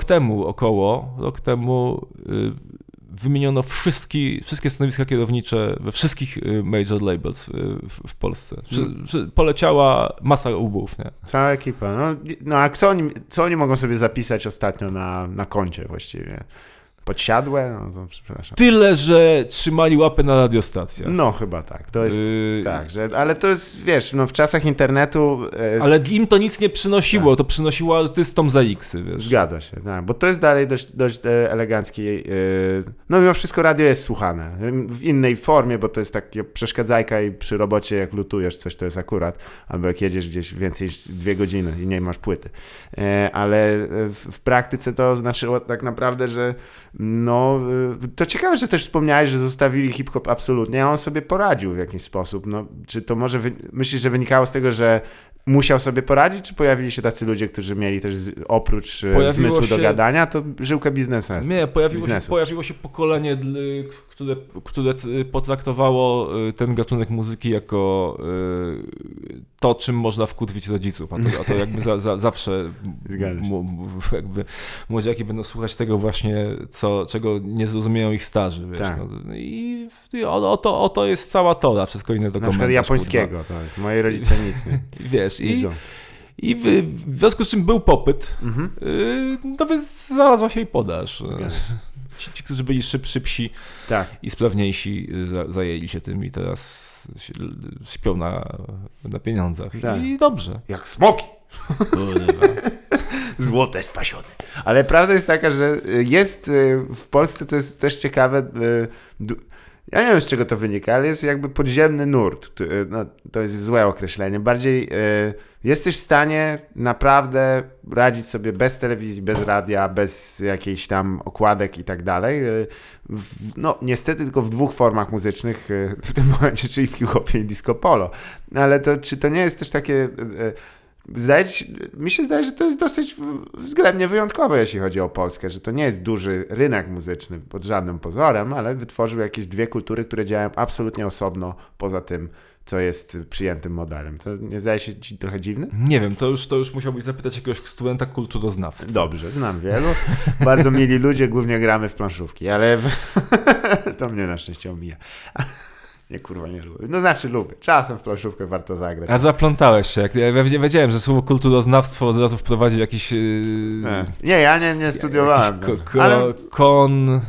temu wymieniono wszystkie stanowiska kierownicze we wszystkich major labels w Polsce. Poleciała masa łbów, nie? Cała ekipa. No a co oni mogą sobie zapisać ostatnio na koncie właściwie? Podsiadłe? No to przepraszam. Tyle, że trzymali łapę na radiostacjach. No chyba tak. To jest tak, ale to jest, wiesz, no w czasach internetu... Ale im to nic nie przynosiło, tak. To przynosiło artystom za X-y, wiesz. Zgadza się, tak, bo to jest dalej dość eleganckie. No mimo wszystko radio jest słuchane. W innej formie, bo to jest takie przeszkadzajka i przy robocie jak lutujesz coś, to jest akurat. Albo jak jedziesz gdzieś więcej niż 2 godziny i nie masz płyty. Ale w praktyce to znaczyło tak naprawdę, że no, to ciekawe, że też wspomniałeś, że zostawili hip-hop absolutnie, a on sobie poradził w jakiś sposób. No, czy to może myślisz, że wynikało z tego, że musiał sobie poradzić, czy pojawili się tacy ludzie, którzy mieli też oprócz zmysłu do gadania, to żyłkę biznesu? Nie, pojawiło się pokolenie, które potraktowało ten gatunek muzyki jako to, czym można wkutwić rodziców, a to jakby zawsze jakby młodziaki będą słuchać tego właśnie, czego nie zrozumieją ich starzy, wiesz, tak. No, i oto jest cała tora, wszystko inne to komentarz. Na przykład japońskiego, tak. Moi rodzice nic, nie? Wiesz, i w związku z czym był popyt, no więc znalazła się i podaż. Ci, którzy byli szybsi tak. I sprawniejsi, zajęli się tym i teraz śpią na pieniądzach. Tak. I dobrze. Jak smoki. Złote spasione. Ale prawda jest taka, że jest w Polsce, to jest też ciekawe, ja nie wiem, z czego to wynika, ale jest jakby podziemny nurt. No, to jest złe określenie. Bardziej jesteś w stanie naprawdę radzić sobie bez telewizji, bez radia, bez jakichś tam okładek i tak dalej. No niestety tylko w 2 formach muzycznych w tym momencie, czyli w hip-hopie i disco polo. Ale czy to nie jest też takie... mi się zdaje, że to jest dosyć względnie wyjątkowe, jeśli chodzi o Polskę, że to nie jest duży rynek muzyczny pod żadnym pozorem, ale wytworzył jakieś 2 kultury, które działają absolutnie osobno poza tym, co jest przyjętym modelem. To nie zdaje się ci trochę dziwne? Nie wiem, to już musiałbyś zapytać jakiegoś studenta kulturoznawstwa. Dobrze, znam wielu. Bardzo mili ludzie, głównie gramy w planszówki, ale to mnie na szczęście omija. Nie, kurwa, nie lubię. No znaczy lubię. Czasem w planszówkę warto zagrać. A zaplątałeś się. Ja wiedziałem, że słowo kulturoznawstwo od razu wprowadzi jakiś... Nie, ja nie studiowałem.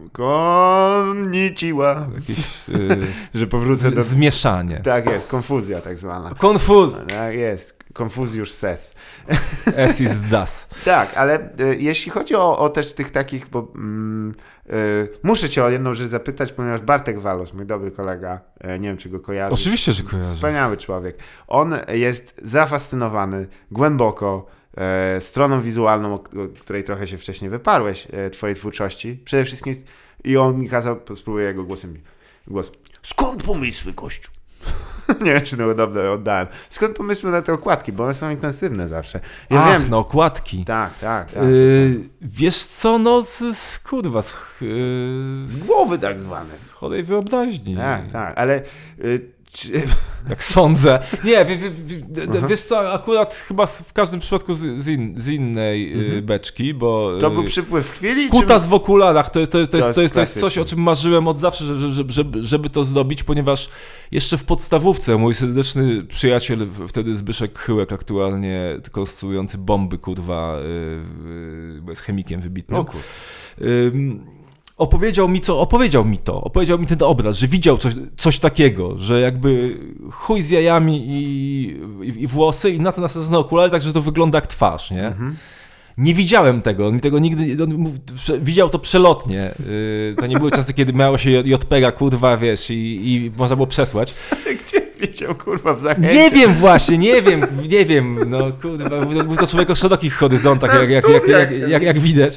konnichiwa. Jakieś Że powrócę do... zmieszanie. Tak jest, konfuzja tak zwana. Tak jest, Confused ses. S is das. Tak, ale jeśli chodzi o też tych takich, bo muszę cię o jedną rzecz zapytać, ponieważ Bartek Walos, mój dobry kolega, nie wiem czy go kojarzysz. Oczywiście, że kojarzę. Wspaniały człowiek. On jest zafascynowany głęboko stroną wizualną, o której trochę się wcześniej wyparłeś, twojej twórczości. Przede wszystkim i on mi kazał, spróbuję jego głos. Skąd pomysły, gościu? Nie wiem, czy to dobrze oddałem. Skąd pomysły na te okładki, bo one są intensywne zawsze. Ja wiem, no okładki. Tak. Wiesz co, no kurwa, Z głowy tak zwane. z chorej wyobraźni. Tak, ale Jak sądzę. Nie, wiesz co, akurat chyba w każdym przypadku z innej beczki, bo... to był przypływ chwili? Kutas w okularach to jest coś, klasyczne. o czym marzyłem od zawsze, żeby to zrobić, ponieważ jeszcze w podstawówce mój serdeczny przyjaciel, wtedy Zbyszek Chyłek, aktualnie konstruujący bomby, kurwa, bo jest chemikiem wybitnym. O kur... Opowiedział mi ten obraz, że widział coś takiego, że jakby chuj z jajami i włosy i na to nasadzono okulary, tak że to wygląda jak twarz, nie? Nie widziałem tego, on mi tego nigdy, widział to przelotnie. To nie były czasy, kiedy miało się JPEGa, kurwa, wiesz, i można było przesłać. Gdzie widział, kurwa, w Zachęcie? Nie wiem właśnie, nie wiem, no kurwa, był to człowiek o szerokich horyzontach, jak widać.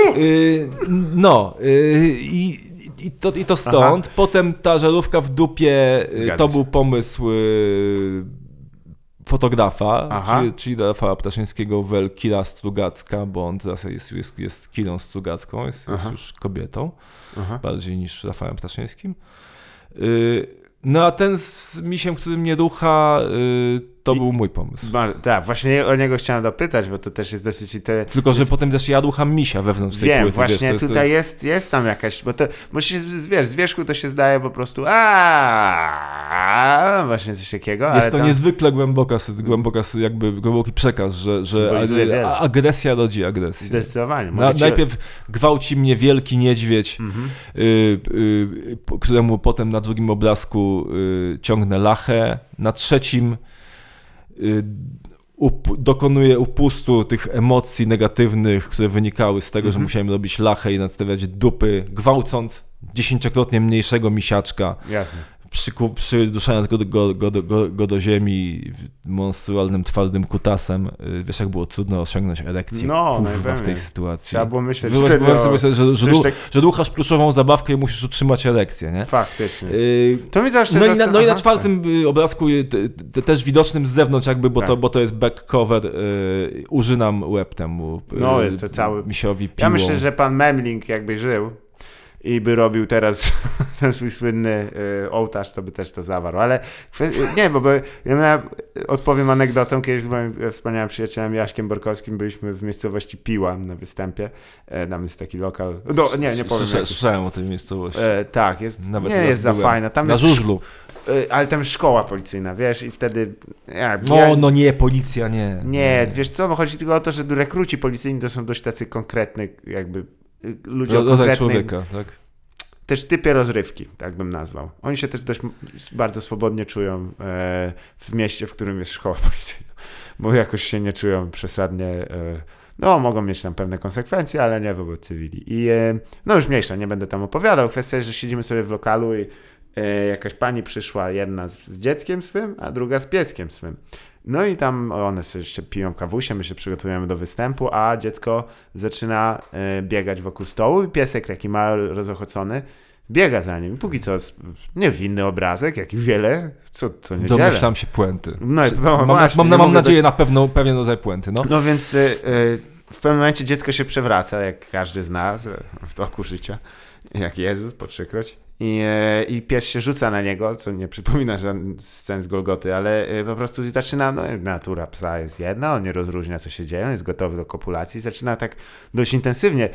I to stąd. Aha. Potem ta żarówka w dupie, to był pomysł fotografa, czyli Rafała Ptaszyńskiego, Kira Strugacka, bo on teraz jest Kirą Strugacką, jest już kobietą, bardziej niż Rafałem Ptaszyńskim. No a ten z misiem, który mnie rucha, to był mój pomysł. Tak, właśnie o niego chciałem dopytać, bo to też jest dosyć... Tylko, że potem też ja rucham misia wewnątrz tej płyty. Właśnie wiesz, tutaj jest tam jakaś... Bo to, wiesz, z wierzchu to się zdaje po prostu właśnie coś takiego. Jest to niezwykle głęboki przekaz, że agresja rodzi agresję. Zdecydowanie. Najpierw gwałci mnie wielki niedźwiedź, któremu potem na drugim obrazku ciągnę lachę, na trzecim dokonuję upustu tych emocji negatywnych, które wynikały z tego, że musiałem robić lachę i nadstawiać dupy, gwałcąc 10-krotnie mniejszego misiaczka. Jasne. Przyduszając go do ziemi monstrualnym, twardym kutasem. Wiesz, jak było trudno osiągnąć erekcję w tej sytuacji. Trzeba było myśleć że ruchasz pluszową zabawkę i musisz utrzymać erekcję, nie? Faktycznie. To mi zawsze i na czwartym obrazku, też widocznym z zewnątrz jakby, bo to jest back cover, użynam łeb temu jest to cały... misiowi piłą. Ja myślę, że pan Memling jakby żył i by robił teraz ten swój słynny ołtarz, to by też to zawarł. Ale nie, bo ja odpowiem anegdotą. Kiedyś z moim wspaniałym przyjacielem Jaśkiem Borkowskim byliśmy w miejscowości Piła na występie. Tam jest taki lokal. Nie powiem. Słyszałem o tej miejscowości. Tak, jest za fajna. Tam na żużlu. Ale tam jest szkoła policyjna, wiesz, i wtedy... policja, nie. Nie, wiesz co, bo chodzi tylko o to, że rekruci policyjni to są dość tacy konkretni, jakby ludzie o konkretnym... człowieka, tak? Też typie rozrywki, tak bym nazwał. Oni się też dość bardzo swobodnie czują w mieście, w którym jest szkoła policyjna, bo jakoś się nie czują przesadnie... mogą mieć tam pewne konsekwencje, ale nie wobec cywili. I już mniejsza, nie będę tam opowiadał. Kwestia jest, że siedzimy sobie w lokalu i jakaś pani przyszła, jedna z dzieckiem swym, a druga z pieskiem swym. No i tam one sobie jeszcze piją kawusie, my się przygotujemy do występu, a dziecko zaczyna biegać wokół stołu i piesek, jaki ma rozochocony, biega za nim. I póki co niewinny obrazek, jak i wiele, co niedzielę. Domyślam się puenty. Mam nadzieję na pewien rodzaj puenty. No więc w pewnym momencie dziecko się przewraca, jak każdy z nas w toku życia, jak Jezus po trzykroć. I pies się rzuca na niego, co nie przypomina żadnych scen z Golgoty, ale po prostu zaczyna, natura psa jest jedna, on nie rozróżnia, co się dzieje, on jest gotowy do kopulacji, zaczyna tak dość intensywnie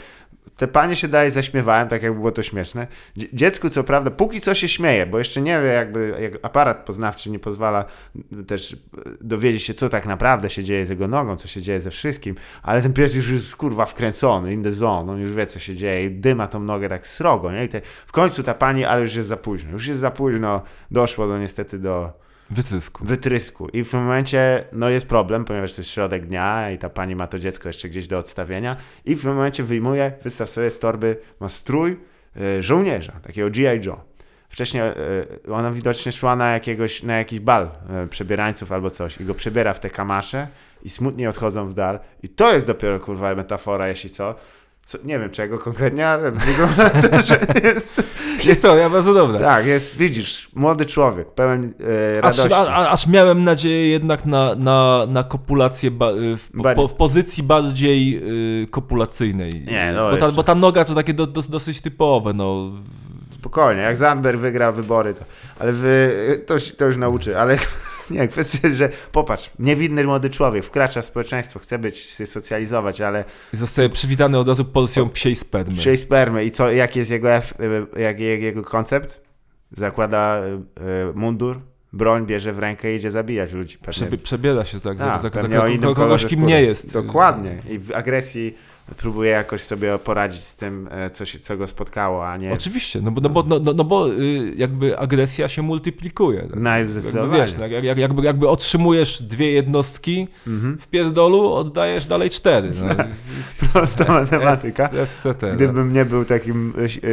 te panie się dalej zaśmiewają, tak jakby było to śmieszne. Dziecku co prawda, póki co się śmieje, bo jeszcze nie wie, jak aparat poznawczy nie pozwala też dowiedzieć się, co tak naprawdę się dzieje z jego nogą, co się dzieje ze wszystkim, ale ten pies już jest kurwa wkręcony, in the zone, on już wie, co się dzieje i dyma tą nogę tak srogo, nie? I w końcu ta pani, ale już jest za późno, doszło niestety do wytrysku. I w tym momencie jest problem, ponieważ to jest środek dnia i ta pani ma to dziecko jeszcze gdzieś do odstawienia i w tym momencie wystaw sobie z torby, ma strój żołnierza, takiego G.I. Joe. Wcześniej ona widocznie szła na jakiś bal przebierańców albo coś i go przebiera w te kamasze i smutnie odchodzą w dal. I to jest dopiero kurwa metafora, jeśli co. Nie wiem czego konkretnie, ale wygląda to, że jest... Historia bardzo dobra. Tak, widzisz, młody człowiek, pełen radości. Aż miałem nadzieję jednak na kopulację w pozycji bardziej kopulacyjnej. Nie, bo ta noga to takie dosyć typowe, no. Spokojnie, jak Zandberg wygra wybory, ale to już nauczy, ale... Nie, kwestia jest, że popatrz, niewinny młody człowiek wkracza w społeczeństwo, chce się socjalizować, ale... Zostaje przywitany od razu porcją psiej spermy. Psiej spermy. I co, jaki jest jego koncept? Zakłada mundur, broń, bierze w rękę i idzie zabijać ludzi. Przebiera się tak, za kogoś kim nie jest. Dokładnie. I w agresji próbuje jakoś sobie poradzić z tym, co go spotkało, a nie... Oczywiście, bo jakby agresja się multiplikuje. Tak? Zdecydowanie. Wiesz, jakby otrzymujesz 2 jednostki, w pierdolu oddajesz dalej 4. No. Prosta matematyka. Etc. Gdybym nie był takim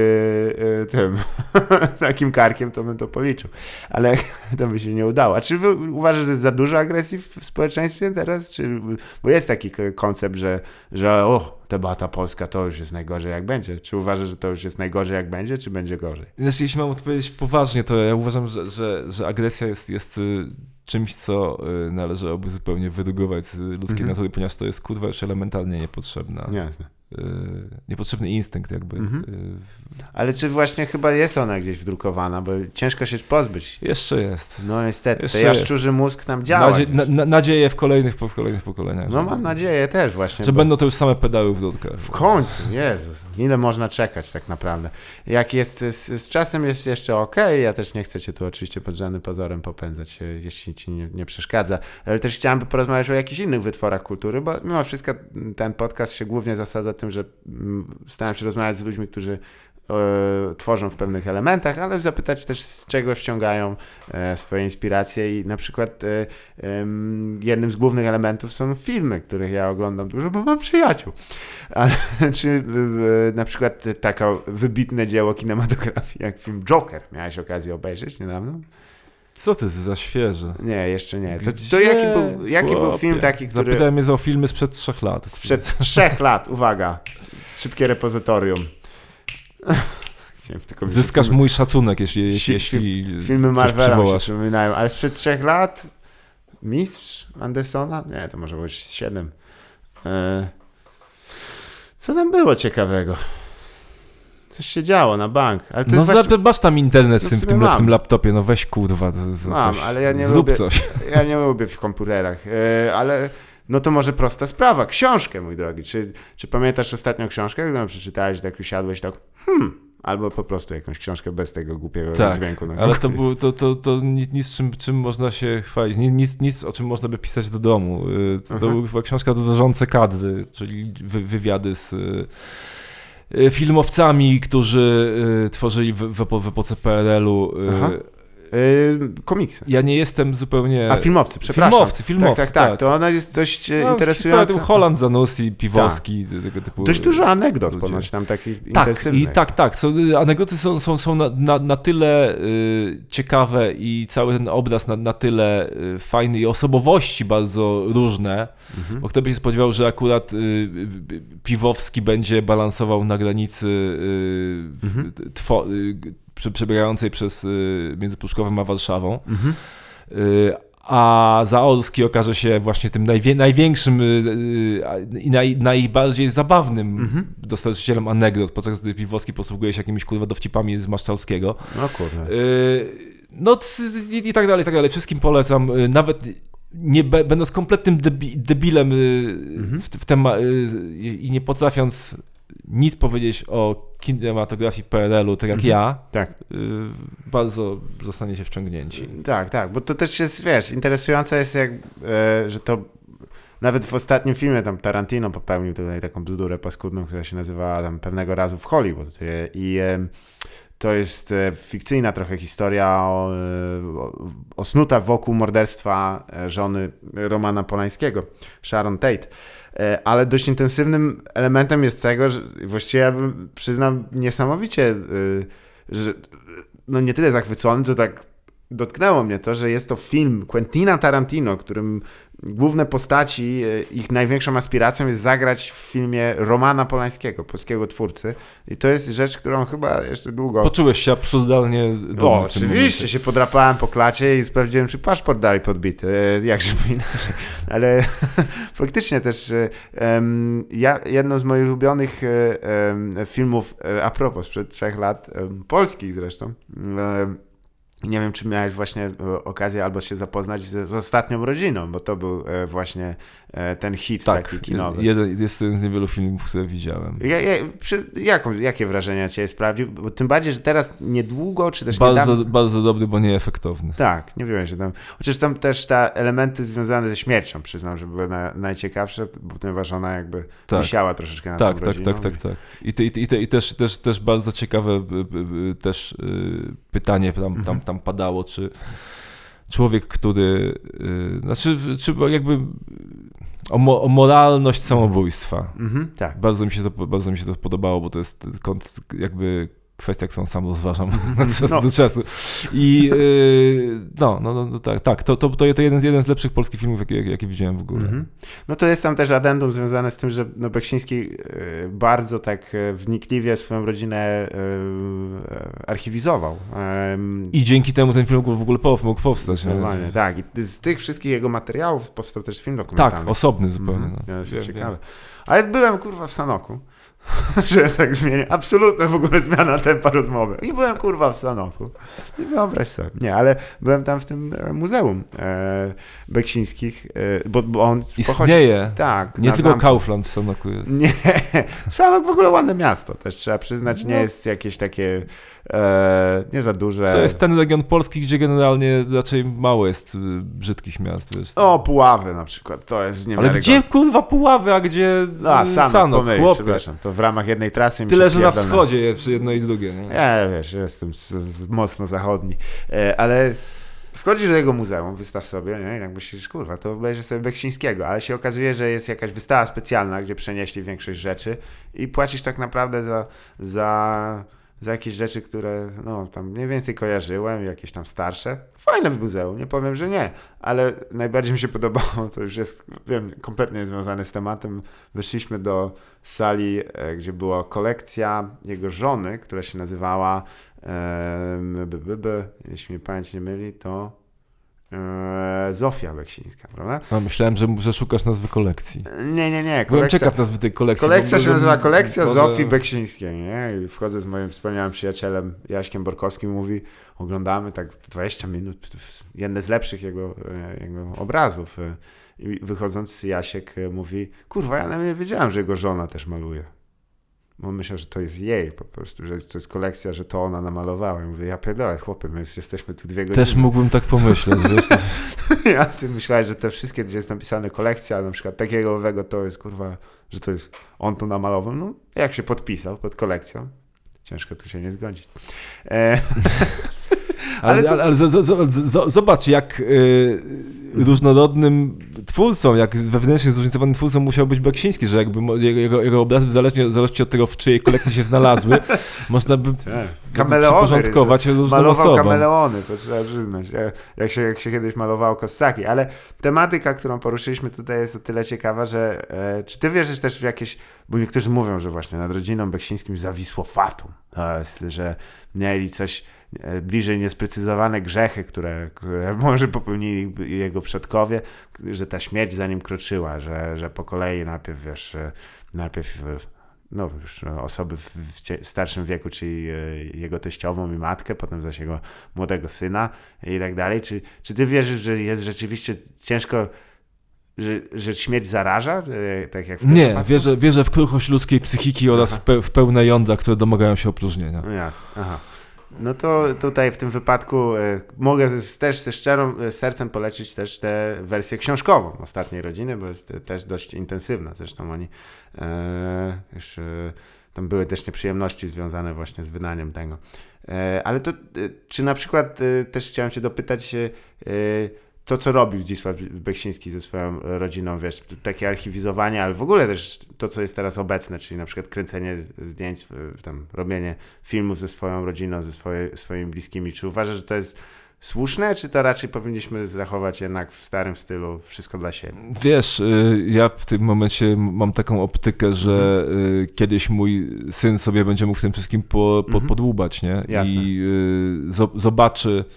takim karkiem, to bym to policzył. Ale to by się nie udało. A czy wy uważasz, że jest za dużo agresji w społeczeństwie teraz? Bo jest taki koncept, że debata polska to już jest najgorzej jak będzie. Czy uważasz, że to już jest najgorzej jak będzie, czy będzie gorzej? Jeśli mam odpowiedzieć poważnie, to ja uważam, że agresja jest czymś, co należałoby zupełnie wyrugować z ludzkiej natury, ponieważ to jest kurwa już elementarnie niepotrzebna. Jasne. Niepotrzebny instynkt jakby. Ale czy właśnie chyba jest ona gdzieś wdrukowana, bo ciężko się pozbyć. Jeszcze jest. No niestety, to jaszczurzy mózg nam działa. Nadzieję w kolejnych pokoleniach. No mam nadzieję też właśnie. Że będą to już same pedały w rurkach. W końcu, Jezus, ile można czekać tak naprawdę. Jak jest z czasem jest jeszcze okej, ja też nie chcę cię tu oczywiście pod żadnym pozorem popędzać, jeśli ci nie przeszkadza. Ale też chciałem porozmawiać o jakichś innych wytworach kultury, bo mimo wszystko ten podcast się głównie zasadza tym, że staram się rozmawiać z ludźmi, którzy tworzą w pewnych elementach, ale zapytać też, z czego ściągają swoje inspiracje i na przykład jednym z głównych elementów są filmy, których ja oglądam dużo, bo mam przyjaciół. Ale czy na przykład takie wybitne dzieło kinematografii jak film Joker miałeś okazję obejrzeć niedawno? Co ty za świeże? Nie, jeszcze nie. To jaki był film taki, który... Zapytałem mnie o filmy sprzed 3 lat. Sprzed 3 lat, uwaga. Szybkie repozytorium. Zyskasz mój szacunek, jeśli filmy Marvela się przypominają, ale sprzed 3 lat Mistrz Andersona? Nie, to może być 7. Co tam było ciekawego? Coś się działo na bank. Ale to jest masz tam internet w tym laptopie, no weź kurwa. Mam, ale ja nie zrób lubię, coś. Ja nie lubię w komputerach, ale no to może prosta sprawa. Książkę, mój drogi. Czy pamiętasz ostatnią książkę, którą przeczytałeś, tak usiadłeś, tak albo po prostu jakąś książkę bez tego głupiego dźwięku. Ale to było to nic czym można się chwalić, nic o czym można by pisać do domu. To była książka dotycząca kadry, czyli wywiady z filmowcami, którzy tworzyli w epoce PRL-u. Komiksy. Ja nie jestem zupełnie... A filmowcy, przepraszam. Filmowcy, tak. To ona jest dość interesująca. Holland, Zanussi, Piwowski, tego typu... Dość dużo anegdot ponoć tam takich intensywnych. Tak. Anegdoty są na tyle ciekawe i cały ten obraz na tyle fajny i osobowości bardzo różne, bo kto by się spodziewał, że akurat Piwowski będzie balansował na granicy przebiegającej między Pruszkowem a Warszawą, a Zaorski okaże się właśnie tym największym i najbardziej zabawnym dostarczycielem anegdot, podczas gdy Piwowski posługuje się jakimiś kurwa dowcipami z Maszczalskiego. No kurde. I tak dalej. Wszystkim polecam, nawet nie będąc kompletnym debilem i nie potrafiąc nic powiedzieć o kinematografii PRL-u, tak jak ja, Tak. bardzo zostaniecie wciągnięci. Tak, bo to też jest, wiesz, interesujące jest, że to nawet w ostatnim filmie tam Tarantino popełnił tutaj taką bzdurę paskudną, która się nazywała tam Pewnego razu w Hollywood i to jest fikcyjna trochę historia osnuta wokół morderstwa żony Romana Polańskiego, Sharon Tate. Ale dość intensywnym elementem jest tego, że właściwie ja bym, przyznam, niesamowicie, że no nie tyle zachwycony, co tak dotknęło mnie to, że jest to film Quentina Tarantino, którym główne postaci, ich największą aspiracją jest zagrać w filmie Romana Polańskiego, polskiego twórcy. I to jest rzecz, którą chyba jeszcze długo... Poczułeś się absurdalnie dumny oczywiście się podrapałem po klacie i sprawdziłem, czy paszport dalej podbity. Jakże inaczej. Ale faktycznie też jedno z moich ulubionych filmów, a propos, sprzed 3 lat, polskich zresztą, nie wiem, czy miałeś właśnie okazję albo się zapoznać z Ostatnią rodziną, bo to był właśnie ten hit taki kinowy. Jest jeden z niewielu filmów, które widziałem. Jakie wrażenia cię sprawił? Bo tym bardziej, że teraz niedługo, czy też niedawno... Bardzo dobry, bo nieefektowny. Tak, nie wiem, że tam... Chociaż tam też te elementy związane ze śmiercią, przyznam, że były najciekawsze, ponieważ ona jakby wisiała troszeczkę na tą rodziną. Tak. I też bardzo ciekawe też pytanie tam padało, czy człowiek, który... czy jakby o moralność samobójstwa. Tak. Bardzo mi się to podobało, bo to jest jakby kwestia, którą sam rozważam od czasu do czasu. I tak, to jeden z lepszych polskich filmów, jakie widziałem w ogóle. No to jest tam też addendum związane z tym, że Beksiński bardzo tak wnikliwie swoją rodzinę archiwizował. I dzięki temu ten film w ogóle mógł powstać. Normalnie, tak. I z tych wszystkich jego materiałów powstał też film dokumentalny. Tak, osobny zupełnie. Ciekawe. Ale byłem kurwa w Sanoku. Że tak zmienię. Absolutna w ogóle zmiana tempa rozmowy. I byłem kurwa w Sanoku. Nie wyobraź sobie. Nie, ale byłem tam w tym muzeum Beksińskich, bo on istnieje. Pochodzi... Tak. Nie tylko Kaufland w Sanoku jest. Nie. Sanok w ogóle ładne miasto. Też trzeba przyznać, nie jest jakieś takie nie za duże. To jest ten region Polski, gdzie generalnie raczej mało jest brzydkich miast. Wiesz. Puławy na przykład. To jest niewiarygodne. Ale gdzie kurwa Puławy, a gdzie Sanok, chłopie. Przepraszam, to w ramach jednej trasy... Tyle, że na wschodzie jest jedno i drugie. Nie? Ja wiesz, jestem mocno zachodni, ale wchodzisz do tego muzeum, wystaw sobie, nie? I tak myślisz, kurwa, to obejrzysz sobie Beksińskiego, ale się okazuje, że jest jakaś wystawa specjalna, gdzie przenieśli większość rzeczy i płacisz tak naprawdę za jakieś rzeczy, które tam mniej więcej kojarzyłem, jakieś tam starsze. Fajne w muzeum, nie powiem, że nie, ale najbardziej mi się podobało, to już jest, wiem, kompletnie związane z tematem. Weszliśmy do sali, gdzie była kolekcja jego żony, która się nazywała jeśli mnie pamięć nie myli, to Zofia Beksińska, prawda? A myślałem, że szukasz nazwy kolekcji. Nie. Byłem ciekaw nazwy tej kolekcji. Kolekcja się nazywa Kolekcja Zofii Beksińskiej, nie? I wchodzę z moim wspaniałym przyjacielem Jaśkiem Borkowskim, mówi, oglądamy tak 20 minut, jedne z lepszych jego obrazów. I wychodząc Jasiek mówi, kurwa, ja nawet nie wiedziałem, że jego żona też maluje. Bo myślę, że to jest jej po prostu, że to jest kolekcja, że to ona namalowała. I mówię, ja pierdolę, chłopie, my już jesteśmy tu 2 godziny. Też mógłbym tak pomyśleć, wiesz. Ja ty myślałeś, że te wszystkie, gdzie jest napisane kolekcja, na przykład takiego owego, to jest kurwa, że to jest, on to namalował. No, jak się podpisał pod kolekcją? Ciężko tu się nie zgodzić. Ale zobacz, jak różnorodnym twórcą, jak wewnętrznie zróżnicowanym twórcą musiał być Beksiński, że jakby jego obrazy w zależności od tego, w czyjej kolekcji się znalazły, można by przyporządkować różnym malował osobom. Kameleony, to trzeba przyznać, jak się kiedyś malowało Kostaki, ale tematyka, którą poruszyliśmy tutaj jest o tyle ciekawa, że czy ty wierzysz też w jakieś, bo niektórzy mówią, że właśnie nad rodziną Beksińskim zawisło fatum, że mieli coś bliżej niesprecyzowane grzechy, które może popełnili jego przodkowie, że ta śmierć za nim kroczyła, że po kolei najpierw już osoby w starszym wieku, czyli jego teściową i matkę, potem zaś jego młodego syna i tak dalej. Czy ty wierzysz, że jest rzeczywiście ciężko że śmierć zaraża? Tak jak w Nie, przypadku? wierzę w kruchość ludzkiej psychiki oraz w pełne jądra, które domagają się opróżnienia. No jasne, aha. No to tutaj w tym wypadku mogę też ze szczerym sercem polecić też tę wersję książkową Ostatniej Rodziny, bo jest też dość intensywna. Zresztą oni już tam były też nieprzyjemności związane właśnie z wydaniem tego. Ale to czy na przykład też chciałem cię dopytać to, co robił Zdzisław Beksiński ze swoją rodziną, wiesz, takie archiwizowanie, ale w ogóle też to, co jest teraz obecne, czyli na przykład kręcenie zdjęć, tam robienie filmów ze swoją rodziną, ze swoimi bliskimi. Czy uważasz, że to jest słuszne, czy to raczej powinniśmy zachować jednak w starym stylu wszystko dla siebie? Wiesz, ja w tym momencie mam taką optykę, że kiedyś mój syn sobie będzie mógł w tym wszystkim podłubać, nie? Jasne. I zobaczy,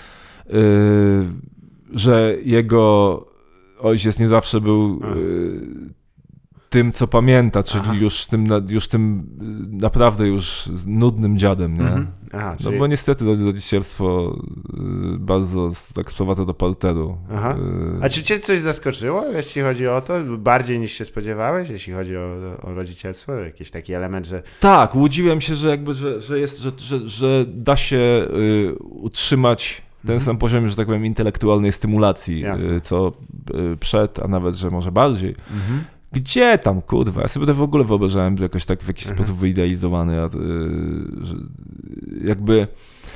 że jego ojciec nie zawsze był tym, co pamięta, czyli już tym naprawdę już nudnym dziadem, nie? Aha, No czyli... bo niestety rodzicielstwo bardzo tak sprowadza do parteru. Aha. A czy cię coś zaskoczyło, jeśli chodzi o to? Bardziej niż się spodziewałeś, jeśli chodzi o rodzicielstwo? Jakiś taki element, że... Tak, łudziłem się, że jakby, że da się utrzymać ten sam poziom, że tak powiem, intelektualnej stymulacji, Jasne. co przed, a nawet, że może bardziej. Gdzie tam, kurwa? Ja sobie to w ogóle wyobrażałem jakoś tak w jakiś sposób wyidealizowany, że jakby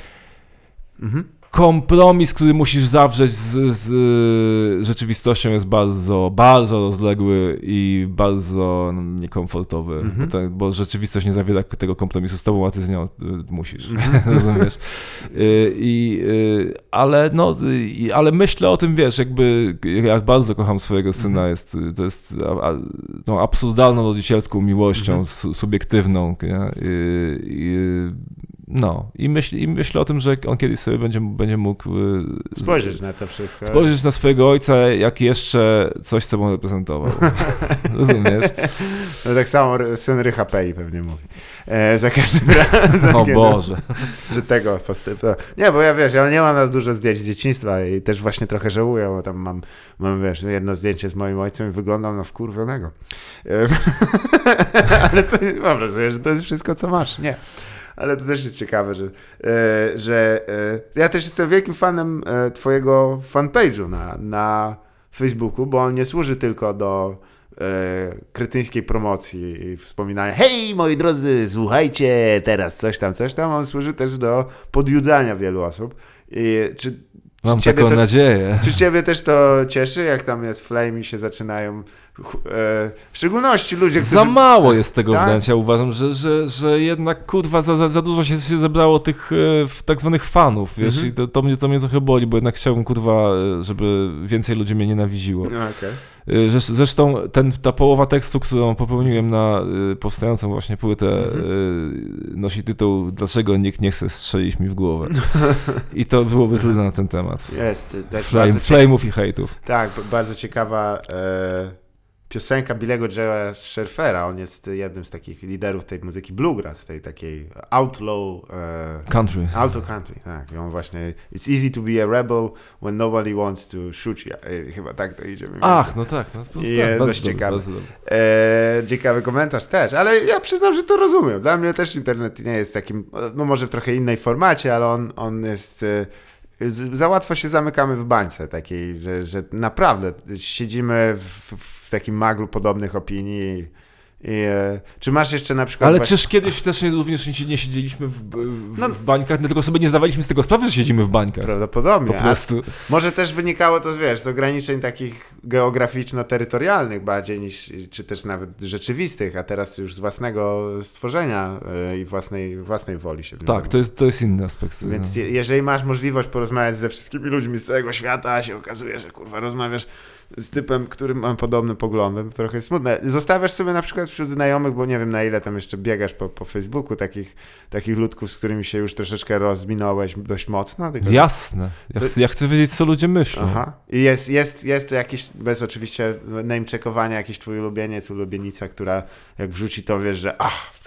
kompromis, który musisz zawrzeć z rzeczywistością jest bardzo, bardzo rozległy i bardzo niekomfortowy, bo rzeczywistość nie zawiera tego kompromisu z tobą, a ty z nią musisz, rozumiesz? Ale myślę o tym, wiesz, jakby jak bardzo kocham swojego syna, to jest tą absurdalną rodzicielską miłością, subiektywną, nie? No, i myślę o tym, że on kiedyś sobie będzie mógł spojrzeć na to wszystko. Spojrzeć na swojego ojca, jak jeszcze coś sobą reprezentował. Rozumiesz? No tak samo syn Rycha Pei pewnie mówi. Za każdym razem. O Boże. Że tego postępu. Nie, bo ja nie mam na dużo zdjęć z dzieciństwa i też właśnie trochę żałuję, bo tam mam wiesz, jedno zdjęcie z moim ojcem i wyglądam na wkurwionego. Ale to mam wrażenie, że to jest wszystko, co masz. Nie. Ale to też jest ciekawe, że ja też jestem wielkim fanem twojego fanpage'u na Facebooku, bo on nie służy tylko do kretyńskiej promocji i wspominania: hej, moi drodzy, słuchajcie, teraz coś tam. On służy też do podjudzania wielu osób. Mam taką nadzieję. Czy ciebie też to cieszy, jak tam jest flame i się zaczynają w szczególności ludzie, którzy... Za mało jest tego tak? wręcz. Ja uważam, że jednak kurwa za dużo się zebrało tych tak zwanych fanów, wiesz, i to mnie trochę boli, bo jednak chciałbym kurwa, żeby więcej ludzi mnie nienawidziło. Okay. Zresztą ta połowa tekstu, którą popełniłem na powstającą właśnie płytę, nosi tytuł "Dlaczego nikt nie chce strzelić mi w głowę?" I to byłoby tyle na ten temat. Jest. Flame'ów i hejtów. Tak, bardzo ciekawa piosenka Billego Joe'a Schaeffera. On jest jednym z takich liderów tej muzyki bluegrass, tej takiej outlaw country. Outlaw country, tak. I on właśnie "It's easy to be a rebel when nobody wants to shoot you". Chyba tak to idzie. Ach, no tak. I jest dość ciekawy. Ciekawy komentarz też, ale ja przyznam, że to rozumiem. Dla mnie też internet nie jest takim, no może w trochę innej formacie, ale on jest... Za łatwo się zamykamy w bańce takiej, że naprawdę siedzimy w takim maglu podobnych opinii. Czy masz jeszcze na przykład... Ale czyż kiedyś też również nie siedzieliśmy w bańkach, tylko sobie nie zdawaliśmy z tego sprawy, że siedzimy w bańkach. Prawdopodobnie. Po prostu. Może też wynikało to, wiesz, z ograniczeń takich geograficzno-terytorialnych bardziej niż, czy też nawet rzeczywistych, a teraz już z własnego stworzenia i własnej woli się... Tak, to jest inny aspekt. Więc jeżeli masz możliwość porozmawiać ze wszystkimi ludźmi z całego świata, a się okazuje, że kurwa rozmawiasz z typem, który ma podobne poglądy, to trochę jest smutne. Zostawiasz sobie na przykład wśród znajomych, bo nie wiem na ile tam jeszcze biegasz po Facebooku, takich ludków, z którymi się już troszeczkę rozminąłeś dość mocno. Tylko... Jasne. Ja chcę wiedzieć, co ludzie myślą. Aha. I jest jakiś, bez oczywiście name-checkowania, jakiś twój ulubieniec, ulubienica, która jak wrzuci to, wiesz, że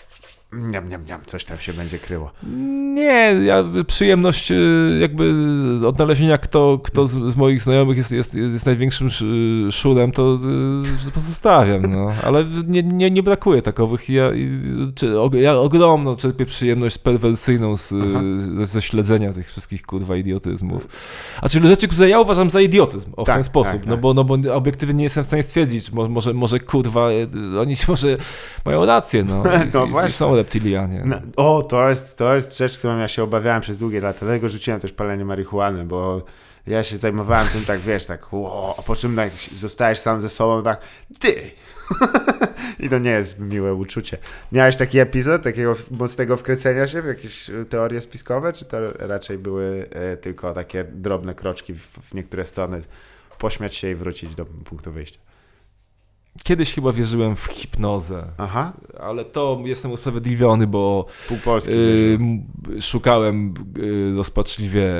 coś tam się będzie kryło. Nie, przyjemność jakby odnalezienia, kto z moich znajomych jest największym szurem, to pozostawiam, no. Ale nie brakuje takowych. Ja ogromną czerpię przyjemność perwersyjną ze śledzenia tych wszystkich kurwa idiotyzmów. A czyli rzeczy, które ja uważam za idiotyzm, w ten sposób, tak. No bo obiektywnie nie jestem w stanie stwierdzić, może kurwa, oni może mają rację, no. I są reptilianie. No, to jest rzecz, którą ja się obawiałem przez długie lata, dlatego rzuciłem też palenie marihuany, bo ja się zajmowałem tym tak, wiesz, tak, wow, a po czym tak zostajesz sam ze sobą, tak, ty! I to nie jest miłe uczucie. Miałeś taki epizod, takiego mocnego wkręcenia się w jakieś teorie spiskowe, czy to raczej były tylko takie drobne kroczki w niektóre strony, pośmiać się i wrócić do punktu wyjścia? Kiedyś chyba wierzyłem w hipnozę, Aha. ale to jestem usprawiedliwiony, bo Pół Polski szukałem rozpaczliwie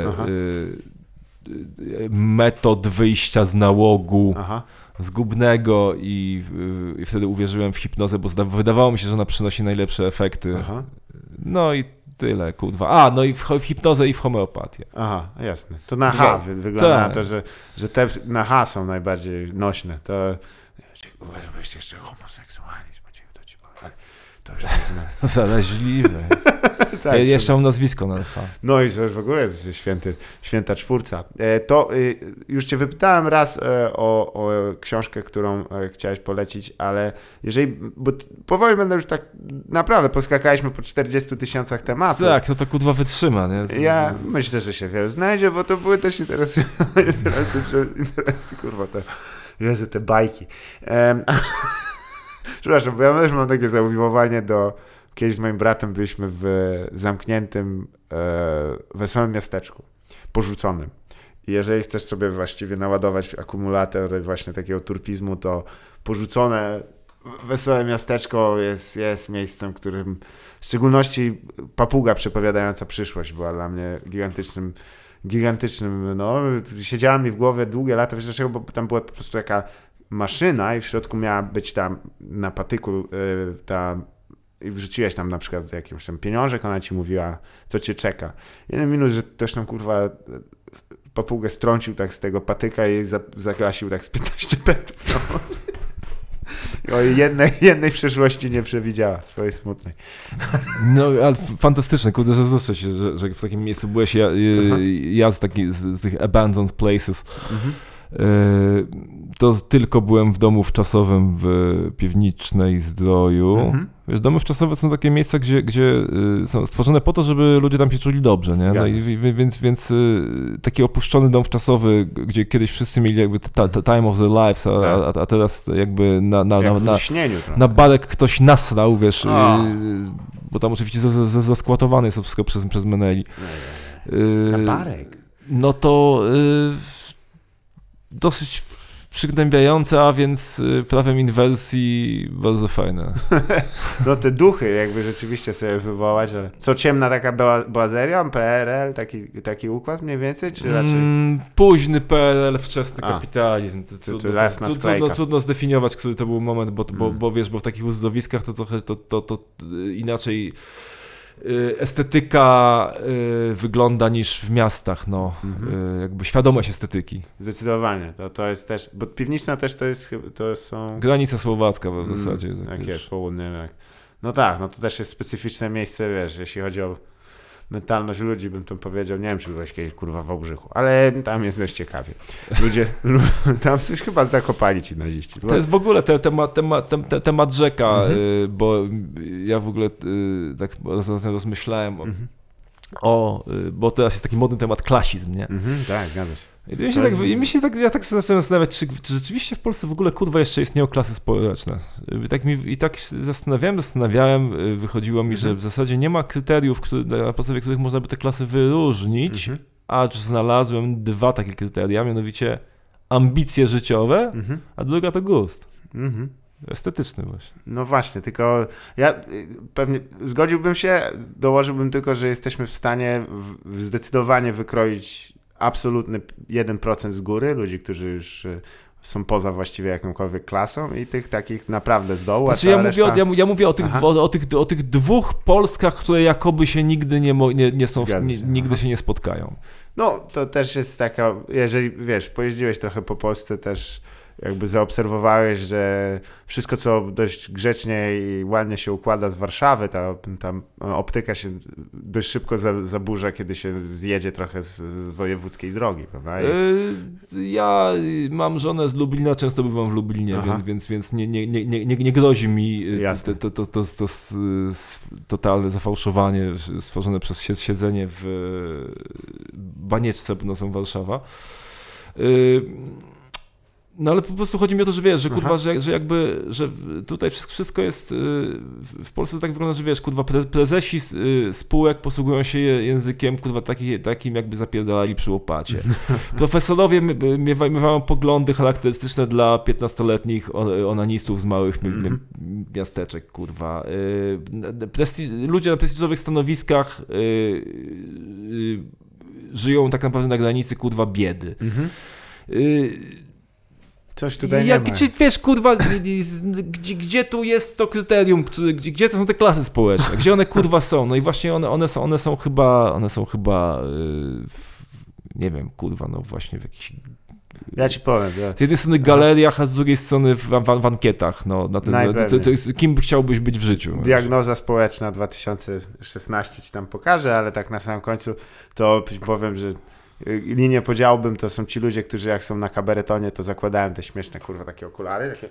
metod wyjścia z nałogu zgubnego i wtedy uwierzyłem w hipnozę, bo wydawało mi się, że ona przynosi najlepsze efekty. Aha. No i tyle, kurwa. No i w hipnozę i w homeopatię. Aha, jasne. To na H wygląda na to, że te na H są najbardziej nośne. To uważam, że jeszcze homoseksualizm, to ci powiem. To już nie znam. Zaraźliwe jest. Tak, ja jeszcze mam nazwisko na H. No i to już w ogóle jest święta czwórca. To już cię wypytałem raz o książkę, którą chciałeś polecić, ale bo powoli będę już tak, naprawdę poskakaliśmy po 40 000 tematów. Tak, to kurwa wytrzyma, nie? Ja myślę, że się wielu znajdzie, bo to były też interesy, kurwa, Jezu, te bajki. Przepraszam, bo ja też mam takie zaumiłowanie Kiedyś z moim bratem byliśmy w zamkniętym, wesołym miasteczku, porzuconym. I jeżeli chcesz sobie właściwie naładować akumulator właśnie takiego turpizmu, to porzucone, wesołe miasteczko jest miejscem, którym w szczególności papuga przepowiadająca przyszłość była dla mnie gigantycznym, no, siedziała mi w głowie długie lata, wiesz dlaczego, bo tam była po prostu taka maszyna i w środku miała być tam na patyku i wrzuciłeś tam na przykład jakiś tam pieniążek, ona ci mówiła, co cię czeka. Jeden minut, że ktoś tam kurwa papugę strącił tak z tego patyka i zaglasił tak z 15 metrów. No. I jednej przyszłości nie przewidziała, swojej smutnej. No, ale fantastyczne, kurde, zazdroszczę się, że w takim miejscu byłeś. Ja z tych abandoned places. To tylko byłem w domu wczasowym w Piwnicznej Zdroju. Wiesz, domy wczasowe są takie miejsca, gdzie są stworzone po to, żeby ludzie tam się czuli dobrze, nie? No i więc taki opuszczony dom wczasowy, gdzie kiedyś wszyscy mieli jakby time of their lives, a teraz jakby na barek ktoś nasrał, wiesz, bo tam oczywiście zaskłatowane jest to wszystko przez Meneli. Na barek? No to dosyć przygnębiające, a więc prawem inwersji bardzo fajne. No te duchy jakby rzeczywiście sobie wywołać, ale co, ciemna taka Boazerion, PRL, taki układ mniej więcej, czy raczej? Późny PRL, wczesny kapitalizm. Trudno zdefiniować, który to był moment, bo wiesz, bo w takich uzdrowiskach to trochę to inaczej estetyka wygląda niż w miastach, no. Jakby świadomość estetyki. Zdecydowanie, to jest też, bo Piwniczna też to są... Granica słowacka w zasadzie. Tak jest, południe. No tak, no to też jest specyficzne miejsce, wiesz, jeśli chodzi o mentalność ludzi, bym to powiedział, nie wiem, czy byłeś kiedyś kurwa w Wałbrzychu, ale tam jest dość ciekawie. Ludzie tam coś chyba zakopali ci naziści. To jest w ogóle temat rzeka, bo ja w ogóle tak rozmyślałem bo teraz jest taki modny temat klasizm, nie? Tak, zgadza się. Ja tak się zacząłem zastanawiać, czy rzeczywiście w Polsce w ogóle kurwa jeszcze istnieją klasy społeczne. Tak się zastanawiałem, wychodziło mi, że w zasadzie nie ma kryteriów, na podstawie których można by te klasy wyróżnić, acz znalazłem dwa takie kryteria, mianowicie ambicje życiowe, a druga to gust. Estetyczny właśnie. No właśnie, tylko ja pewnie zgodziłbym się, dołożyłbym tylko, że jesteśmy w stanie zdecydowanie wykroić absolutny 1% z góry, ludzi, którzy już są poza właściwie jakąkolwiek klasą i tych takich naprawdę z dołu, Znaczy, ja mówię o tych dwóch Polskach, które jakoby się nigdy nie są, nigdy się nie spotkają. No, to też jest taka, jeżeli, wiesz, pojeździłeś trochę po Polsce też, jakby zaobserwowałeś, że wszystko, co dość grzecznie i ładnie się układa z Warszawy, ta optyka się dość szybko zaburza, kiedy się zjedzie trochę z wojewódzkiej drogi, prawda? Ja mam żonę z Lublina, często bywam w Lublinie, więc nie grozi mi to totalne zafałszowanie stworzone przez siedzenie w banieczce pod nazwą Warszawa. No ale po prostu chodzi mi o to, że wiesz, że kurwa, że jakby, że tutaj wszystko jest, w Polsce tak wygląda, że wiesz, kurwa, prezesi spółek posługują się językiem, kurwa, takim jakby zapierdalali przy łopacie. Profesorowie miewają poglądy charakterystyczne dla 15-letnich onanistów z małych miasteczek, kurwa. Ludzie na prestiżowych stanowiskach żyją tak naprawdę na granicy, kurwa, biedy. Coś tutaj nie ma. Wiesz, kurwa, gdzie tu jest to kryterium, gdzie to są te klasy społeczne, gdzie one, kurwa, są? No i właśnie one są chyba nie wiem, kurwa, no właśnie w jakichś... Ja ci powiem. Z jednej strony galeriach, a z drugiej strony w ankietach. No, kim chciałbyś być w życiu? Diagnoza społeczna 2016 ci tam pokażę, ale tak na samym końcu to powiem, że linię podziałbym, to są ci ludzie, którzy jak są na kabaretonie, to zakładają te śmieszne, kurwa, takie okulary, takie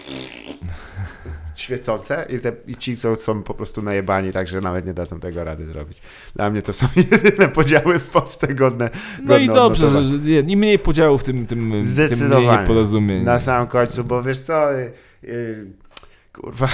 świecące i ci, co są po prostu najebani, tak, że nawet nie dadzą tego rady zrobić. Dla mnie to są jedyne podziały w Polsce godne. No i dobrze, że im mniej podziałów, tym mniej porozumień. Na samym końcu, bo wiesz co, kurwa,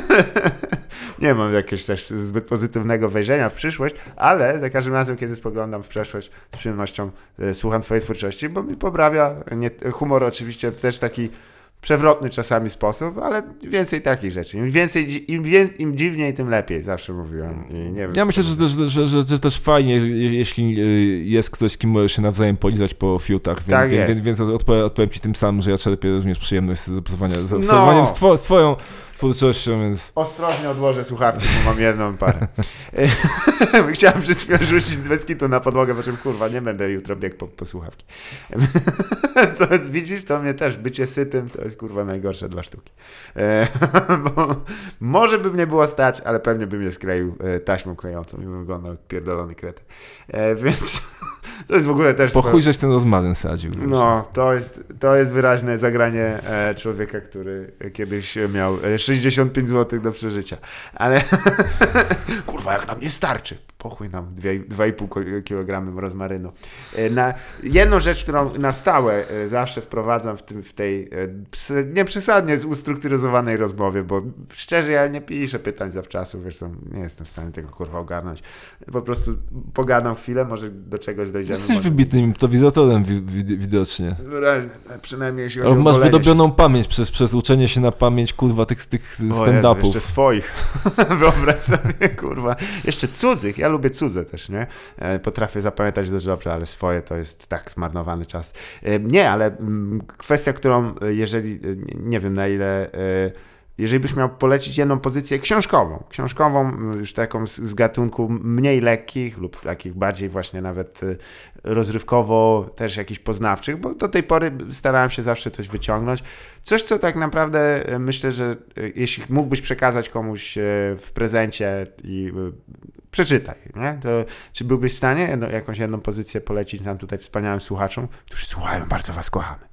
nie mam jakiegoś też zbyt pozytywnego wejrzenia w przyszłość, ale za każdym razem, kiedy spoglądam w przeszłość, z przyjemnością słucham twojej twórczości, bo mi poprawia humor oczywiście też taki przewrotny czasami sposób, ale więcej takich rzeczy. Im dziwniej, tym lepiej, zawsze mówiłem. I nie wiem, ja myślę, że też fajnie, jeśli jest ktoś, z kim możesz się nawzajem polizać po fiutach, więc odpowiem ci tym samym, że ja czerpię również przyjemność z obserwowaniem z twoją twórczością, więc... Ostrożnie odłożę słuchawki, bo mam jedną parę. Chciałem przed chwilą rzucić bez kitu na podłogę, po czym kurwa, nie będę jutro biegł po słuchawki. To jest, widzisz, to mnie też, bycie sytym, to jest kurwa najgorsze dla sztuki. Bo może by mnie było stać, ale pewnie bym je skleił taśmą klejącą i bym wyglądał jak pierdolony kretyn. Więc to jest w ogóle też... Po chuj żeś ten rozmaryn sadził. No, to jest wyraźne zagranie człowieka, który kiedyś miał 65 zł do przeżycia. Ale kurwa, jak nam nie starczy. Pochuj nam 2,5 kg rozmarynu. Jedną rzecz, którą na stałe zawsze wprowadzam w tej nieprzesadnie ustrukturyzowanej rozmowie, bo szczerze ja nie piszę pytań zawczasu, wiesz, nie jestem w stanie tego kurwa ogarnąć. Po prostu pogadam chwilę, może do czegoś dojdziemy. Jesteś wybitnym improwizatorem widocznie. Przynajmniej jeśli chodzi o masz wydobioną pamięć przez uczenie się na pamięć, kurwa, tych stand-upów. Jeszcze swoich. Wyobraź sobie, kurwa. Jeszcze cudzych. Ja lubię cudze też, nie? Potrafię zapamiętać dość dobrze, ale swoje to jest tak zmarnowany czas. Nie, ale kwestia, którą jeżeli, nie wiem na ile... Jeżeli byś miał polecić jedną pozycję książkową już taką z gatunku mniej lekkich lub takich bardziej właśnie nawet rozrywkowo, też jakichś poznawczych, bo do tej pory starałem się zawsze coś wyciągnąć. Coś, co tak naprawdę myślę, że jeśli mógłbyś przekazać komuś w prezencie i przeczytaj, nie? To czy byłbyś w stanie jakąś jedną pozycję polecić nam tutaj wspaniałym słuchaczom, którzy słuchają, bardzo was kochamy.